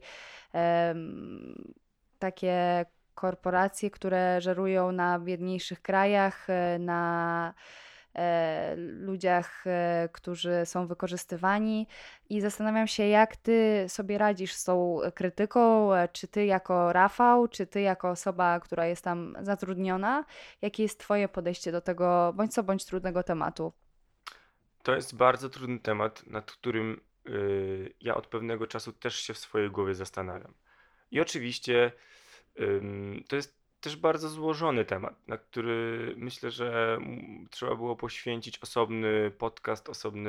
takie korporacje, które żerują na biedniejszych krajach, na ludziach, którzy są wykorzystywani i zastanawiam się, jak ty sobie radzisz z tą krytyką, czy ty jako Rafał, czy ty jako osoba, która jest tam zatrudniona, jakie jest twoje podejście do tego bądź co bądź trudnego tematu? To jest bardzo trudny temat, nad którym ja od pewnego czasu też się w swojej głowie zastanawiam. I oczywiście to jest też bardzo złożony temat, na który myślę, że trzeba było poświęcić osobny podcast,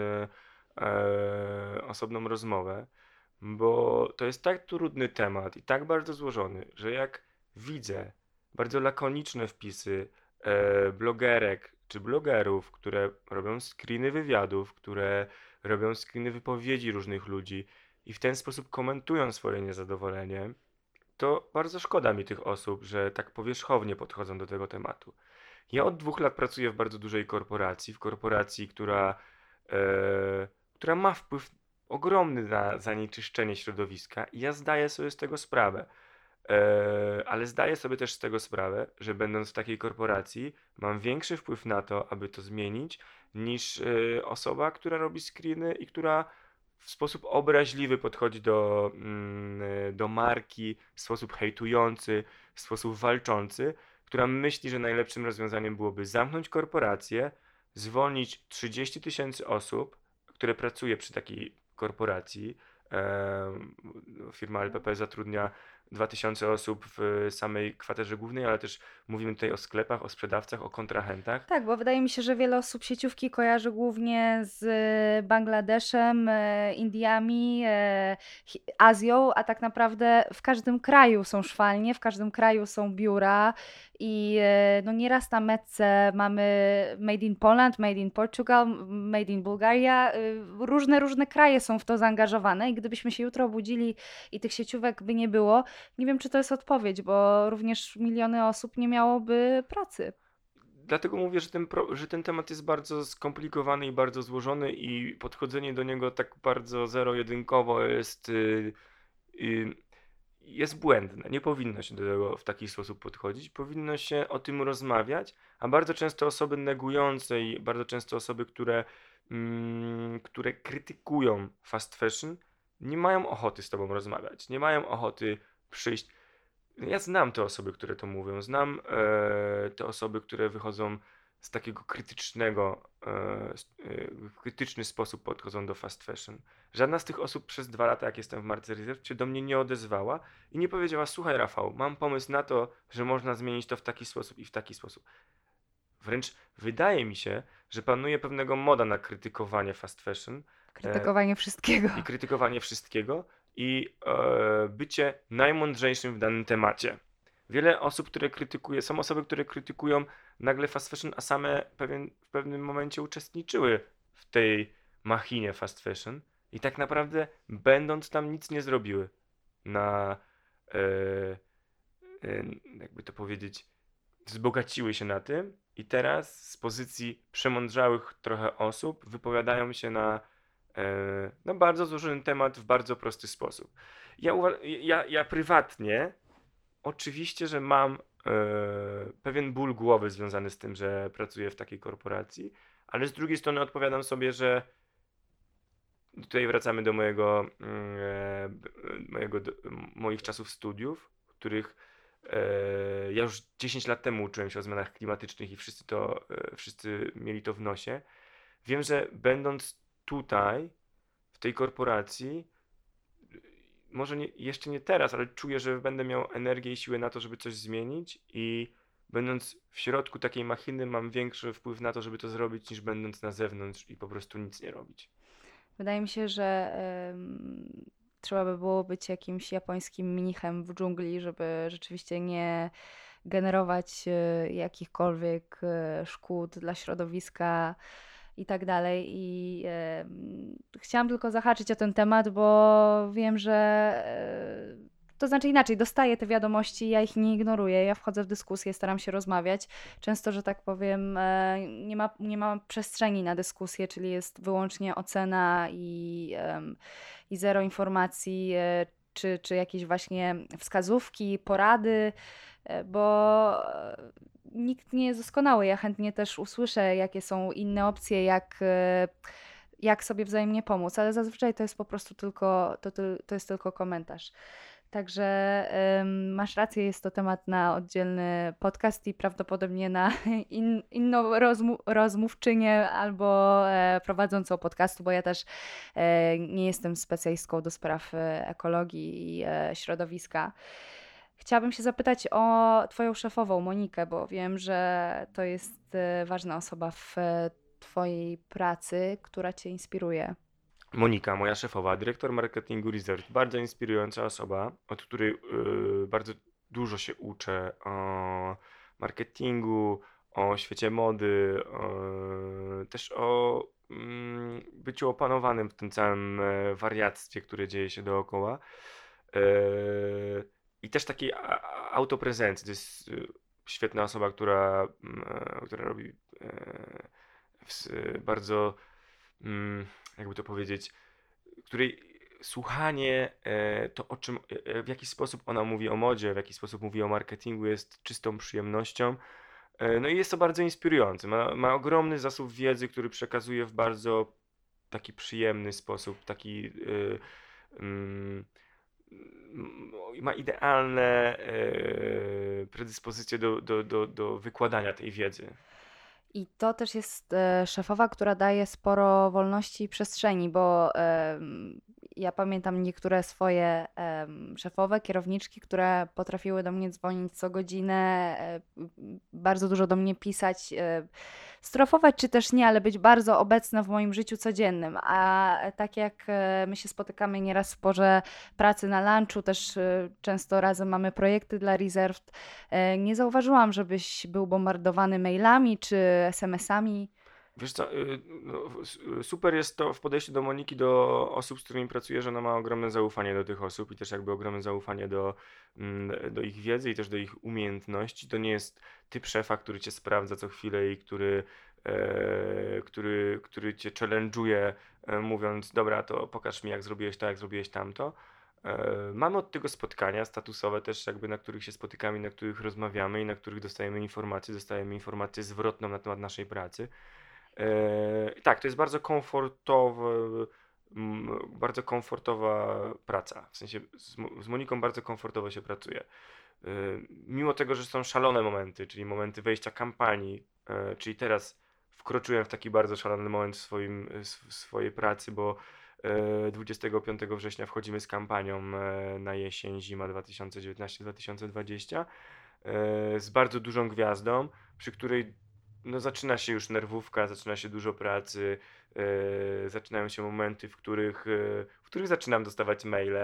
osobną rozmowę, bo to jest tak trudny temat i tak bardzo złożony, że jak widzę bardzo lakoniczne wpisy blogerek czy blogerów, które robią screeny wywiadów, które robią screeny wypowiedzi różnych ludzi i w ten sposób komentują swoje niezadowolenie, to bardzo szkoda mi tych osób, że tak powierzchownie podchodzą do tego tematu. Ja od 2 lat pracuję w bardzo dużej korporacji, w korporacji, która ma wpływ ogromny na zanieczyszczenie środowiska i ja zdaję sobie z tego sprawę. Ale zdaję sobie też z tego sprawę, że będąc w takiej korporacji, mam większy wpływ na to, aby to zmienić, niż osoba, która robi screeny i która w sposób obraźliwy podchodzi do marki, w sposób hejtujący, w sposób walczący, która myśli, że najlepszym rozwiązaniem byłoby zamknąć korporację, zwolnić 30 000 osób, które pracuje przy takiej korporacji. Firma LPP zatrudnia 2000 osób w samej kwaterze głównej, ale też mówimy tutaj o sklepach, o sprzedawcach, o kontrahentach. Tak, bo wydaje mi się, że wiele osób sieciówki kojarzy głównie z Bangladeszem, Indiami, Azją, a tak naprawdę w każdym kraju są szwalnie, w każdym kraju są biura i no nieraz na metce mamy Made in Poland, Made in Portugal, Made in Bulgaria. Różne kraje są w to zaangażowane i gdybyśmy się jutro obudzili i tych sieciówek by nie było, nie wiem, czy to jest odpowiedź, bo również miliony osób nie miałoby pracy. Dlatego mówię, że ten temat jest bardzo skomplikowany i bardzo złożony i podchodzenie do niego tak bardzo zero-jedynkowo jest błędne. Nie powinno się do tego w taki sposób podchodzić. Powinno się o tym rozmawiać, a bardzo często osoby negujące i bardzo często osoby, które krytykują fast fashion, nie mają ochoty z tobą rozmawiać, nie mają ochoty przyjść. Ja znam te osoby, które to mówią. Znam te osoby, które wychodzą z takiego w krytyczny sposób podchodzą do fast fashion. Żadna z tych osób przez 2 lata, jak jestem w Marce Reserve, się do mnie nie odezwała i nie powiedziała: słuchaj, Rafał, mam pomysł na to, że można zmienić to w taki sposób i w taki sposób. Wręcz wydaje mi się, że panuje pewnego moda na krytykowanie fast fashion Krytykowanie wszystkiego. i krytykowanie wszystkiego i bycie najmądrzejszym w danym temacie. Wiele osób, które krytykuje, są osoby, które krytykują nagle fast fashion, a same w pewnym momencie uczestniczyły w tej machinie fast fashion i tak naprawdę będąc tam nic nie zrobiły na, jakby to powiedzieć, wzbogaciły się na tym, i teraz z pozycji przemądrzałych trochę osób wypowiadają się na bardzo złożony temat w bardzo prosty sposób. Ja prywatnie oczywiście, że mam pewien ból głowy związany z tym, że pracuję w takiej korporacji, ale z drugiej strony odpowiadam sobie, że tutaj wracamy do moich czasów studiów, których ja już 10 lat temu uczyłem się o zmianach klimatycznych i wszyscy mieli to w nosie. Wiem, że będąc tutaj, w tej korporacji, może jeszcze nie teraz, ale czuję, że będę miał energię i siłę na to, żeby coś zmienić i będąc w środku takiej machiny mam większy wpływ na to, żeby to zrobić, niż będąc na zewnątrz i po prostu nic nie robić. Wydaje mi się, że trzeba by było być jakimś japońskim mnichem w dżungli, żeby rzeczywiście nie generować jakichkolwiek szkód dla środowiska i tak dalej. I chciałam tylko zahaczyć o ten temat, bo wiem, że to znaczy inaczej, dostaję te wiadomości, ja ich nie ignoruję, ja wchodzę w dyskusję, staram się rozmawiać. Często, że tak powiem, nie ma przestrzeni na dyskusję, czyli jest wyłącznie ocena i zero informacji, czy jakieś właśnie wskazówki, porady, bo nikt nie jest doskonały. Ja chętnie też usłyszę, jakie są inne opcje, jak sobie wzajemnie pomóc, ale zazwyczaj to jest po prostu to jest tylko komentarz. Także masz rację, jest to temat na oddzielny podcast i prawdopodobnie na inną rozmówczynię albo prowadzącą podcastu, bo ja też nie jestem specjalistką do spraw ekologii i środowiska. Chciałabym się zapytać o Twoją szefową, Monikę, bo wiem, że to jest ważna osoba w Twojej pracy, która Cię inspiruje. Monika, moja szefowa, dyrektor marketingu Resort, bardzo inspirująca osoba, od której bardzo dużo się uczę o marketingu, o świecie mody, też o byciu opanowanym w tym całym wariactwie, które dzieje się dookoła. E, I też takiej autoprezencji. To jest świetna osoba, która robi bardzo, jakby to powiedzieć, której słuchanie to w jaki sposób ona mówi o modzie, w jaki sposób mówi o marketingu jest czystą przyjemnością. No i jest to bardzo inspirujące. Ma ogromny zasób wiedzy, który przekazuje w bardzo taki przyjemny sposób, taki ma idealne predyspozycje do wykładania tej wiedzy. I to też jest szefowa, która daje sporo wolności i przestrzeni, bo ja pamiętam niektóre swoje szefowe, kierowniczki, które potrafiły do mnie dzwonić co godzinę, bardzo dużo do mnie pisać, strofować czy też nie, ale być bardzo obecna w moim życiu codziennym. A tak jak my się spotykamy nieraz w porze pracy na lunchu, też często razem mamy projekty dla Reserved, nie zauważyłam, żebyś był bombardowany mailami czy SMS-ami. Wiesz co, super jest to w podejściu do Moniki, do osób, z którymi pracuje, że ona ma ogromne zaufanie do tych osób i też jakby ogromne zaufanie do ich wiedzy i też do ich umiejętności. To nie jest typ szefa, który cię sprawdza co chwilę i który cię challenge'uje, mówiąc, dobra, to pokaż mi, jak zrobiłeś to, jak zrobiłeś tamto. Mamy od tego spotkania statusowe też jakby, na których się spotykamy, na których rozmawiamy i na których dostajemy informację zwrotną na temat naszej pracy. Tak, to jest bardzo komfortowa praca. W sensie z Moniką bardzo komfortowo się pracuje. Mimo tego, że są szalone momenty, czyli momenty wejścia kampanii, czyli teraz wkroczyłem w taki bardzo szalony moment w swojej pracy, bo 25 września wchodzimy z kampanią na jesień, zima 2019-2020 z bardzo dużą gwiazdą, przy której no, zaczyna się już nerwówka, zaczyna się dużo pracy, zaczynają się momenty, w których zaczynam dostawać maile,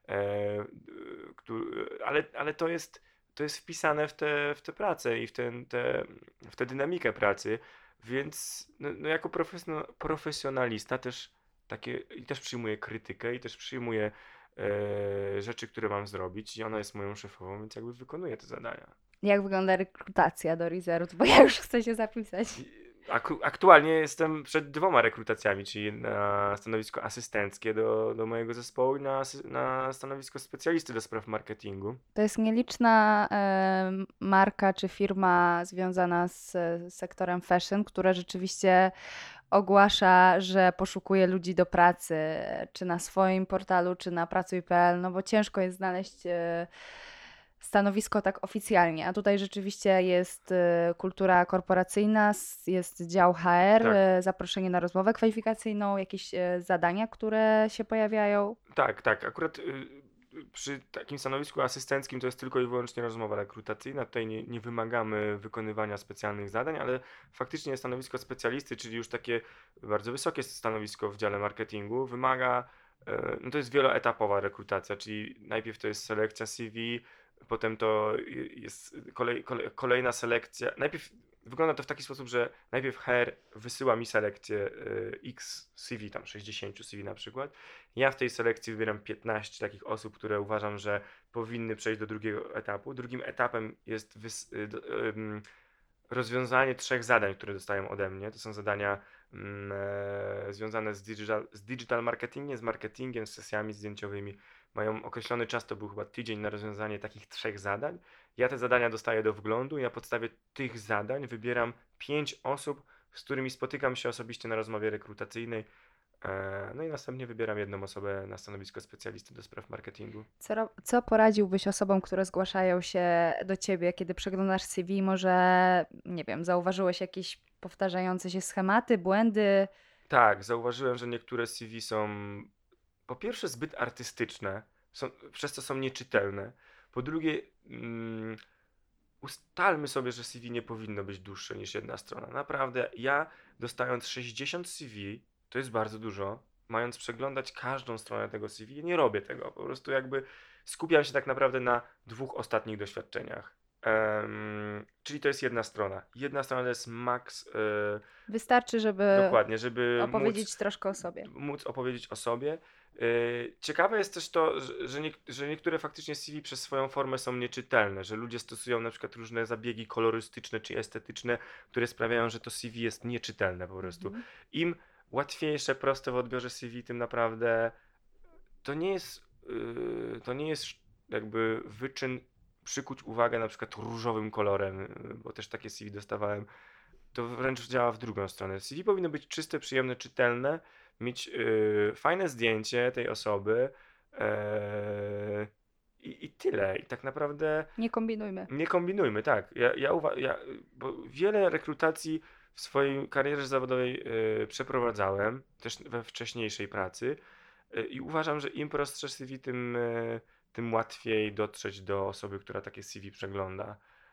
ale to jest wpisane w tę pracę i w tę dynamikę pracy, więc no jako profesjonalista też przyjmuję krytykę i też przyjmuję rzeczy, które mam zrobić i ona jest moją szefową, więc jakby wykonuję te zadania. Jak wygląda rekrutacja do Reserved? Bo ja już chcę się zapisać. Aktualnie jestem przed 2 rekrutacjami, czyli na stanowisko asystenckie do mojego zespołu i na stanowisko specjalisty do spraw marketingu. To jest nieliczna marka czy firma związana z sektorem fashion, która rzeczywiście ogłasza, że poszukuje ludzi do pracy, czy na swoim portalu, czy na pracuj.pl, no bo ciężko jest znaleźć stanowisko tak oficjalnie, a tutaj rzeczywiście jest kultura korporacyjna, jest dział HR, Tak. zaproszenie na rozmowę kwalifikacyjną, jakieś zadania, które się pojawiają. Tak, tak. Akurat przy takim stanowisku asystenckim to jest tylko i wyłącznie rozmowa rekrutacyjna. Tutaj nie wymagamy wykonywania specjalnych zadań, ale faktycznie stanowisko specjalisty, czyli już takie bardzo wysokie stanowisko w dziale marketingu, wymaga, no to jest wieloetapowa rekrutacja, czyli najpierw to jest selekcja CV, potem to jest kolejna selekcja. Najpierw wygląda to w taki sposób, że najpierw HR wysyła mi selekcję X CV, tam 60 CV na przykład. Ja w tej selekcji wybieram 15 takich osób, które uważam, że powinny przejść do drugiego etapu. Drugim etapem jest rozwiązanie 3 zadań, które dostają ode mnie. To są zadania związane z digital marketingiem, z marketingiem, z sesjami zdjęciowymi. Mają określony czas, to był chyba tydzień na rozwiązanie takich 3 zadań. Ja te zadania dostaję do wglądu i na podstawie tych zadań wybieram 5 osób, z którymi spotykam się osobiście na rozmowie rekrutacyjnej. No i następnie wybieram jedną osobę na stanowisko specjalisty do spraw marketingu. Co poradziłbyś osobom, które zgłaszają się do ciebie, kiedy przeglądasz CV? Może, nie wiem, zauważyłeś jakieś powtarzające się schematy, błędy? Tak, zauważyłem, że niektóre CV są po pierwsze zbyt artystyczne, przez co są nieczytelne. Po drugie, ustalmy sobie, że CV nie powinno być dłuższe niż 1 strona. Naprawdę, ja dostając 60 CV, to jest bardzo dużo, mając przeglądać każdą stronę tego CV, nie robię tego. Po prostu jakby skupiam się tak naprawdę na 2 ostatnich doświadczeniach. Czyli to jest 1 strona. 1 strona to jest maks. Wystarczy, żeby Dokładnie, żeby opowiedzieć troszkę o sobie. móc opowiedzieć o sobie. Ciekawe jest też to, że niektóre faktycznie CV przez swoją formę są nieczytelne, że ludzie stosują na przykład różne zabiegi kolorystyczne czy estetyczne, które sprawiają, że to CV jest nieczytelne po prostu. Mhm. Im łatwiejsze, proste w odbiorze CV, tym naprawdę to nie jest jakby wyczyn przykuć uwagę na przykład różowym kolorem, bo też takie CV dostawałem. To wręcz działa w drugą stronę. CV powinno być czyste, przyjemne, czytelne, mieć fajne zdjęcie tej osoby i tyle. I tak naprawdę Nie kombinujmy. nie kombinujmy, tak. Bo wiele rekrutacji w swojej karierze zawodowej przeprowadzałem, też we wcześniejszej pracy i uważam, że im prostsze CV, tym łatwiej dotrzeć do osoby, która takie CV przegląda.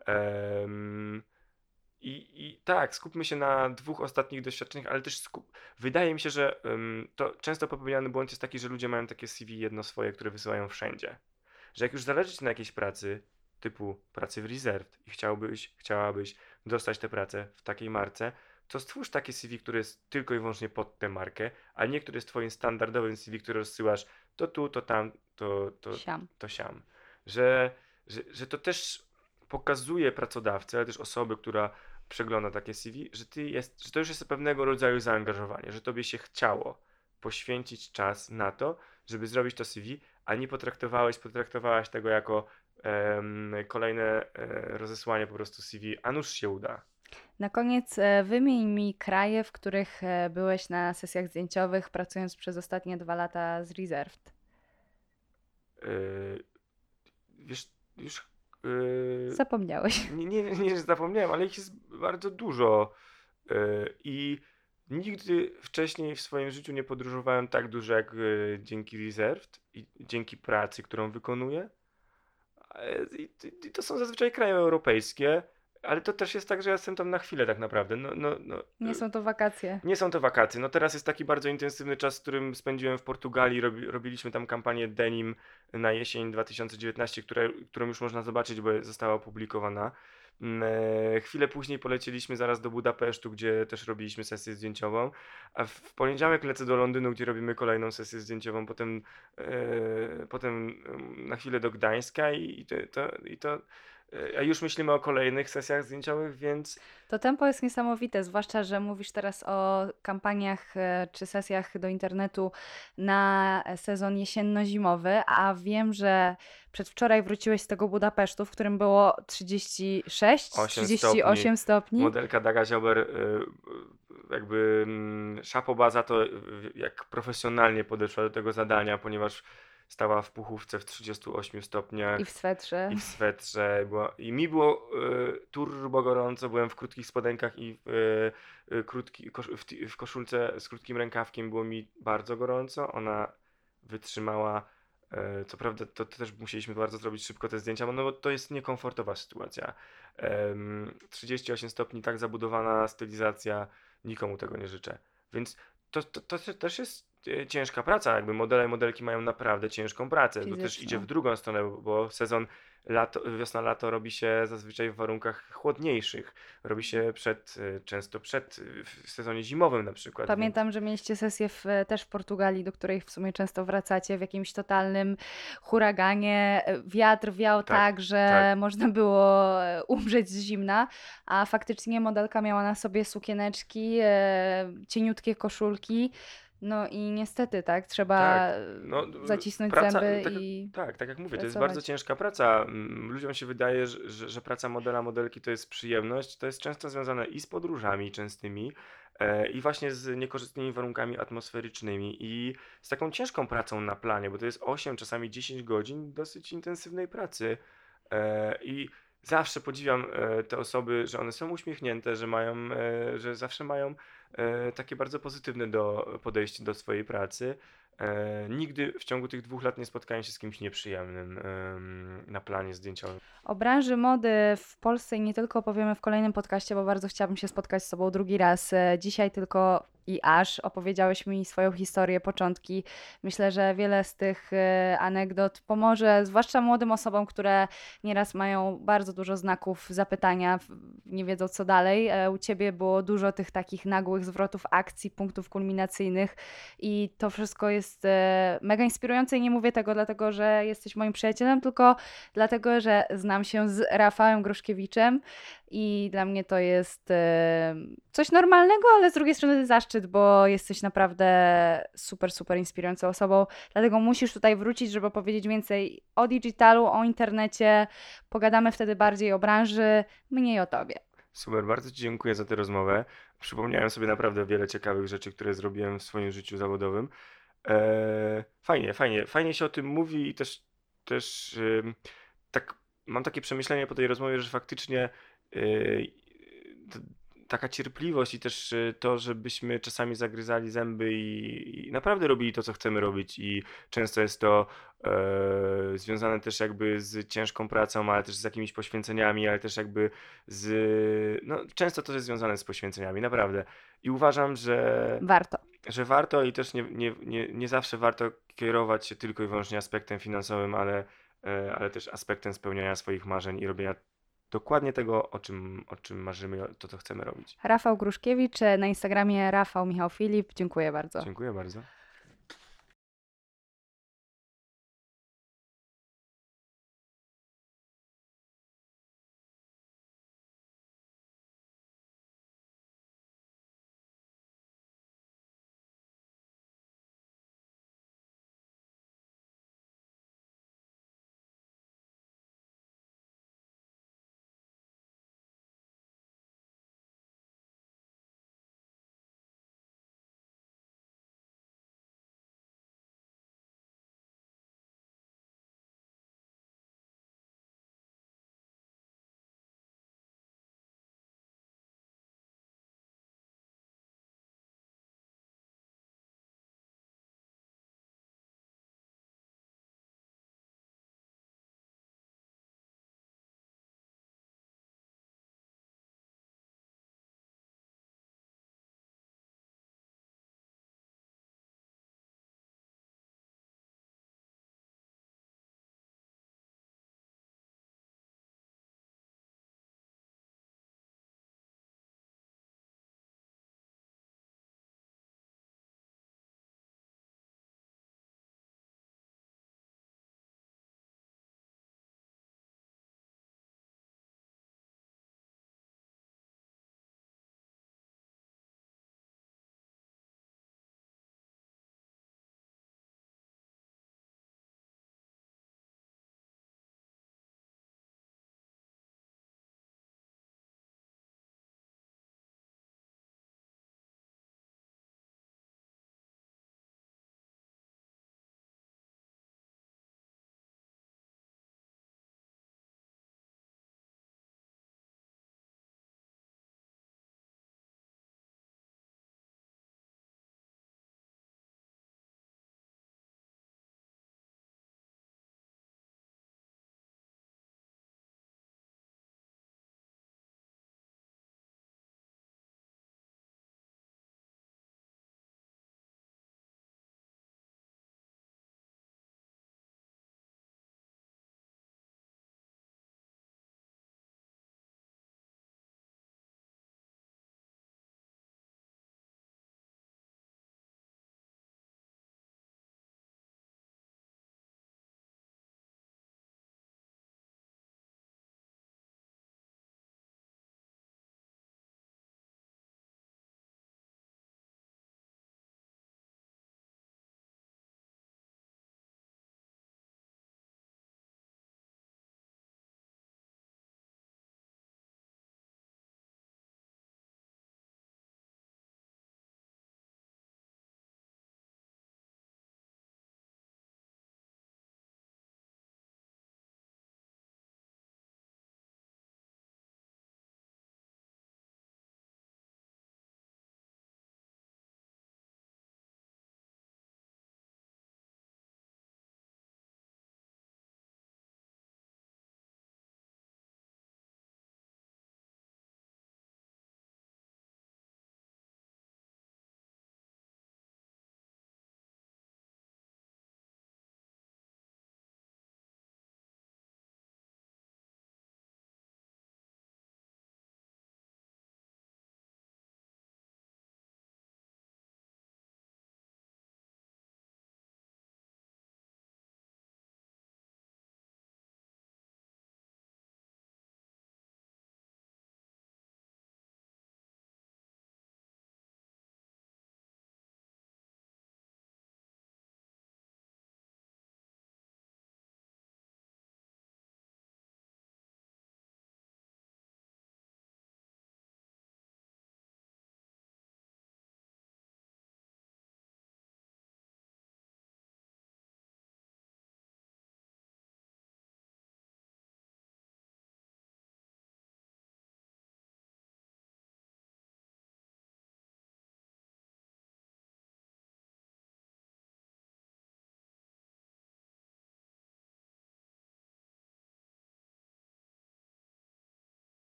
I tak, skupmy się na 2 ostatnich doświadczeniach, ale też wydaje mi się, że to często popełniany błąd jest taki, że ludzie mają takie CV jedno swoje, które wysyłają wszędzie. Że jak już zależy ci na jakiejś pracy, typu pracy w Reserved i chciałabyś dostać tę pracę w takiej marce, to stwórz takie CV, które jest tylko i wyłącznie pod tę markę, a nie które jest twoim standardowym CV, które rozsyłasz to tu, to tam, Siam. to siam. Że to też pokazuje pracodawcy, ale też osoby, która przegląda takie CV, że to już jest pewnego rodzaju zaangażowanie, że tobie się chciało poświęcić czas na to, żeby zrobić to CV, a nie potraktowałaś tego jako kolejne rozesłanie po prostu CV, a nuż się uda. Na koniec wymień mi kraje, w których byłeś na sesjach zdjęciowych, pracując przez ostatnie 2 lata z Reserved. Yy, wiesz, już Zapomniałeś. nie, że zapomniałem, ale ich jest bardzo dużo i nigdy wcześniej w swoim życiu nie podróżowałem tak dużo jak dzięki Reserved i dzięki pracy, którą wykonuję. I to są zazwyczaj kraje europejskie. Ale to też jest tak, że ja jestem tam na chwilę tak naprawdę. Nie są to wakacje. Nie są to wakacje. No teraz jest taki bardzo intensywny czas, którym spędziłem w Portugalii. Robiliśmy tam kampanię Denim na jesień 2019, którą już można zobaczyć, bo została opublikowana. Chwilę później polecieliśmy zaraz do Budapesztu, gdzie też robiliśmy sesję zdjęciową, a w poniedziałek lecę do Londynu, gdzie robimy kolejną sesję zdjęciową, potem na chwilę do Gdańska a już myślimy o kolejnych sesjach zdjęciowych, więc To tempo jest niesamowite, zwłaszcza, że mówisz teraz o kampaniach czy sesjach do internetu na sezon jesienno-zimowy, a wiem, że przedwczoraj wróciłeś z tego Budapesztu, w którym było 36, 8 stopni. 38 stopni. Modelka Daga Ziober jakby chapeau bas za to, jak profesjonalnie podeszła do tego zadania, ponieważ stała w puchówce w 38 stopniach I w swetrze. i w swetrze. I mi było turbo gorąco, byłem w krótkich spodenkach i w koszulce z krótkim rękawkiem, było mi bardzo gorąco. Ona wytrzymała. Co prawda, to też musieliśmy bardzo zrobić szybko te zdjęcia, no bo to jest niekomfortowa sytuacja. 38 stopni, tak zabudowana stylizacja, nikomu tego nie życzę. Więc to też jest ciężka praca, jakby modele i modelki mają naprawdę ciężką pracę. To też Fizyczną. idzie w drugą stronę, bo sezon wiosna-lato robi się zazwyczaj w warunkach chłodniejszych. Robi się często w sezonie zimowym na przykład. Pamiętam, że mieliście sesję też w Portugalii, do której w sumie często wracacie, w jakimś totalnym huraganie. Wiatr wiał tak, że tak. można było umrzeć z zimna, a faktycznie modelka miała na sobie sukieneczki, cieniutkie koszulki. No i niestety, tak, trzeba Tak, no, zacisnąć praca, zęby tak, i tak jak mówię, to jest pracować. bardzo ciężka praca. Ludziom się wydaje, że praca modela, modelki to jest przyjemność. To jest często związane i z podróżami częstymi, i właśnie z niekorzystnymi warunkami atmosferycznymi i z taką ciężką pracą na planie, bo to jest 8, czasami 10 godzin dosyć intensywnej pracy. I zawsze podziwiam te osoby, że one są uśmiechnięte, że zawsze mają takie bardzo pozytywne podejście do swojej pracy. Nigdy w ciągu tych 2 lat nie spotkałem się z kimś nieprzyjemnym na planie zdjęciowym. O branży mody w Polsce i nie tylko opowiemy w kolejnym podcaście, bo bardzo chciałabym się spotkać z Tobą drugi raz. Dzisiaj tylko i aż opowiedziałeś mi swoją historię, początki. Myślę, że wiele z tych anegdot pomoże, zwłaszcza młodym osobom, które nieraz mają bardzo dużo znaków zapytania, nie wiedzą co dalej. U Ciebie było dużo tych takich nagłych zwrotów akcji, punktów kulminacyjnych i to wszystko jest mega inspirujące i nie mówię tego dlatego, że jesteś moim przyjacielem, tylko dlatego, że znam się z Rafałem Gruszkiewiczem i dla mnie to jest coś normalnego, ale z drugiej strony zaszczyt, bo jesteś naprawdę super, super inspirującą osobą. Dlatego musisz tutaj wrócić, żeby powiedzieć więcej o digitalu, o internecie. Pogadamy wtedy bardziej o branży, mniej o Tobie. Super, bardzo Ci dziękuję za tę rozmowę. Przypomniałem sobie naprawdę wiele ciekawych rzeczy, które zrobiłem w swoim życiu zawodowym. Fajnie się o tym mówi i też tak mam takie przemyślenie po tej rozmowie, że faktycznie t- taka cierpliwość i też to, żebyśmy czasami zagryzali zęby i naprawdę robili to, co chcemy robić i często jest to związane też jakby z ciężką pracą, ale też z jakimiś poświęceniami, ale też jakby no często to jest związane z poświęceniami, naprawdę. I uważam, że warto i też nie zawsze warto kierować się tylko i wyłącznie aspektem finansowym, ale też aspektem spełniania swoich marzeń i robienia dokładnie tego, o czym marzymy, to co chcemy robić. Rafał Gruszkiewicz, na Instagramie Rafał Michał Filip. Dziękuję bardzo. Dziękuję bardzo.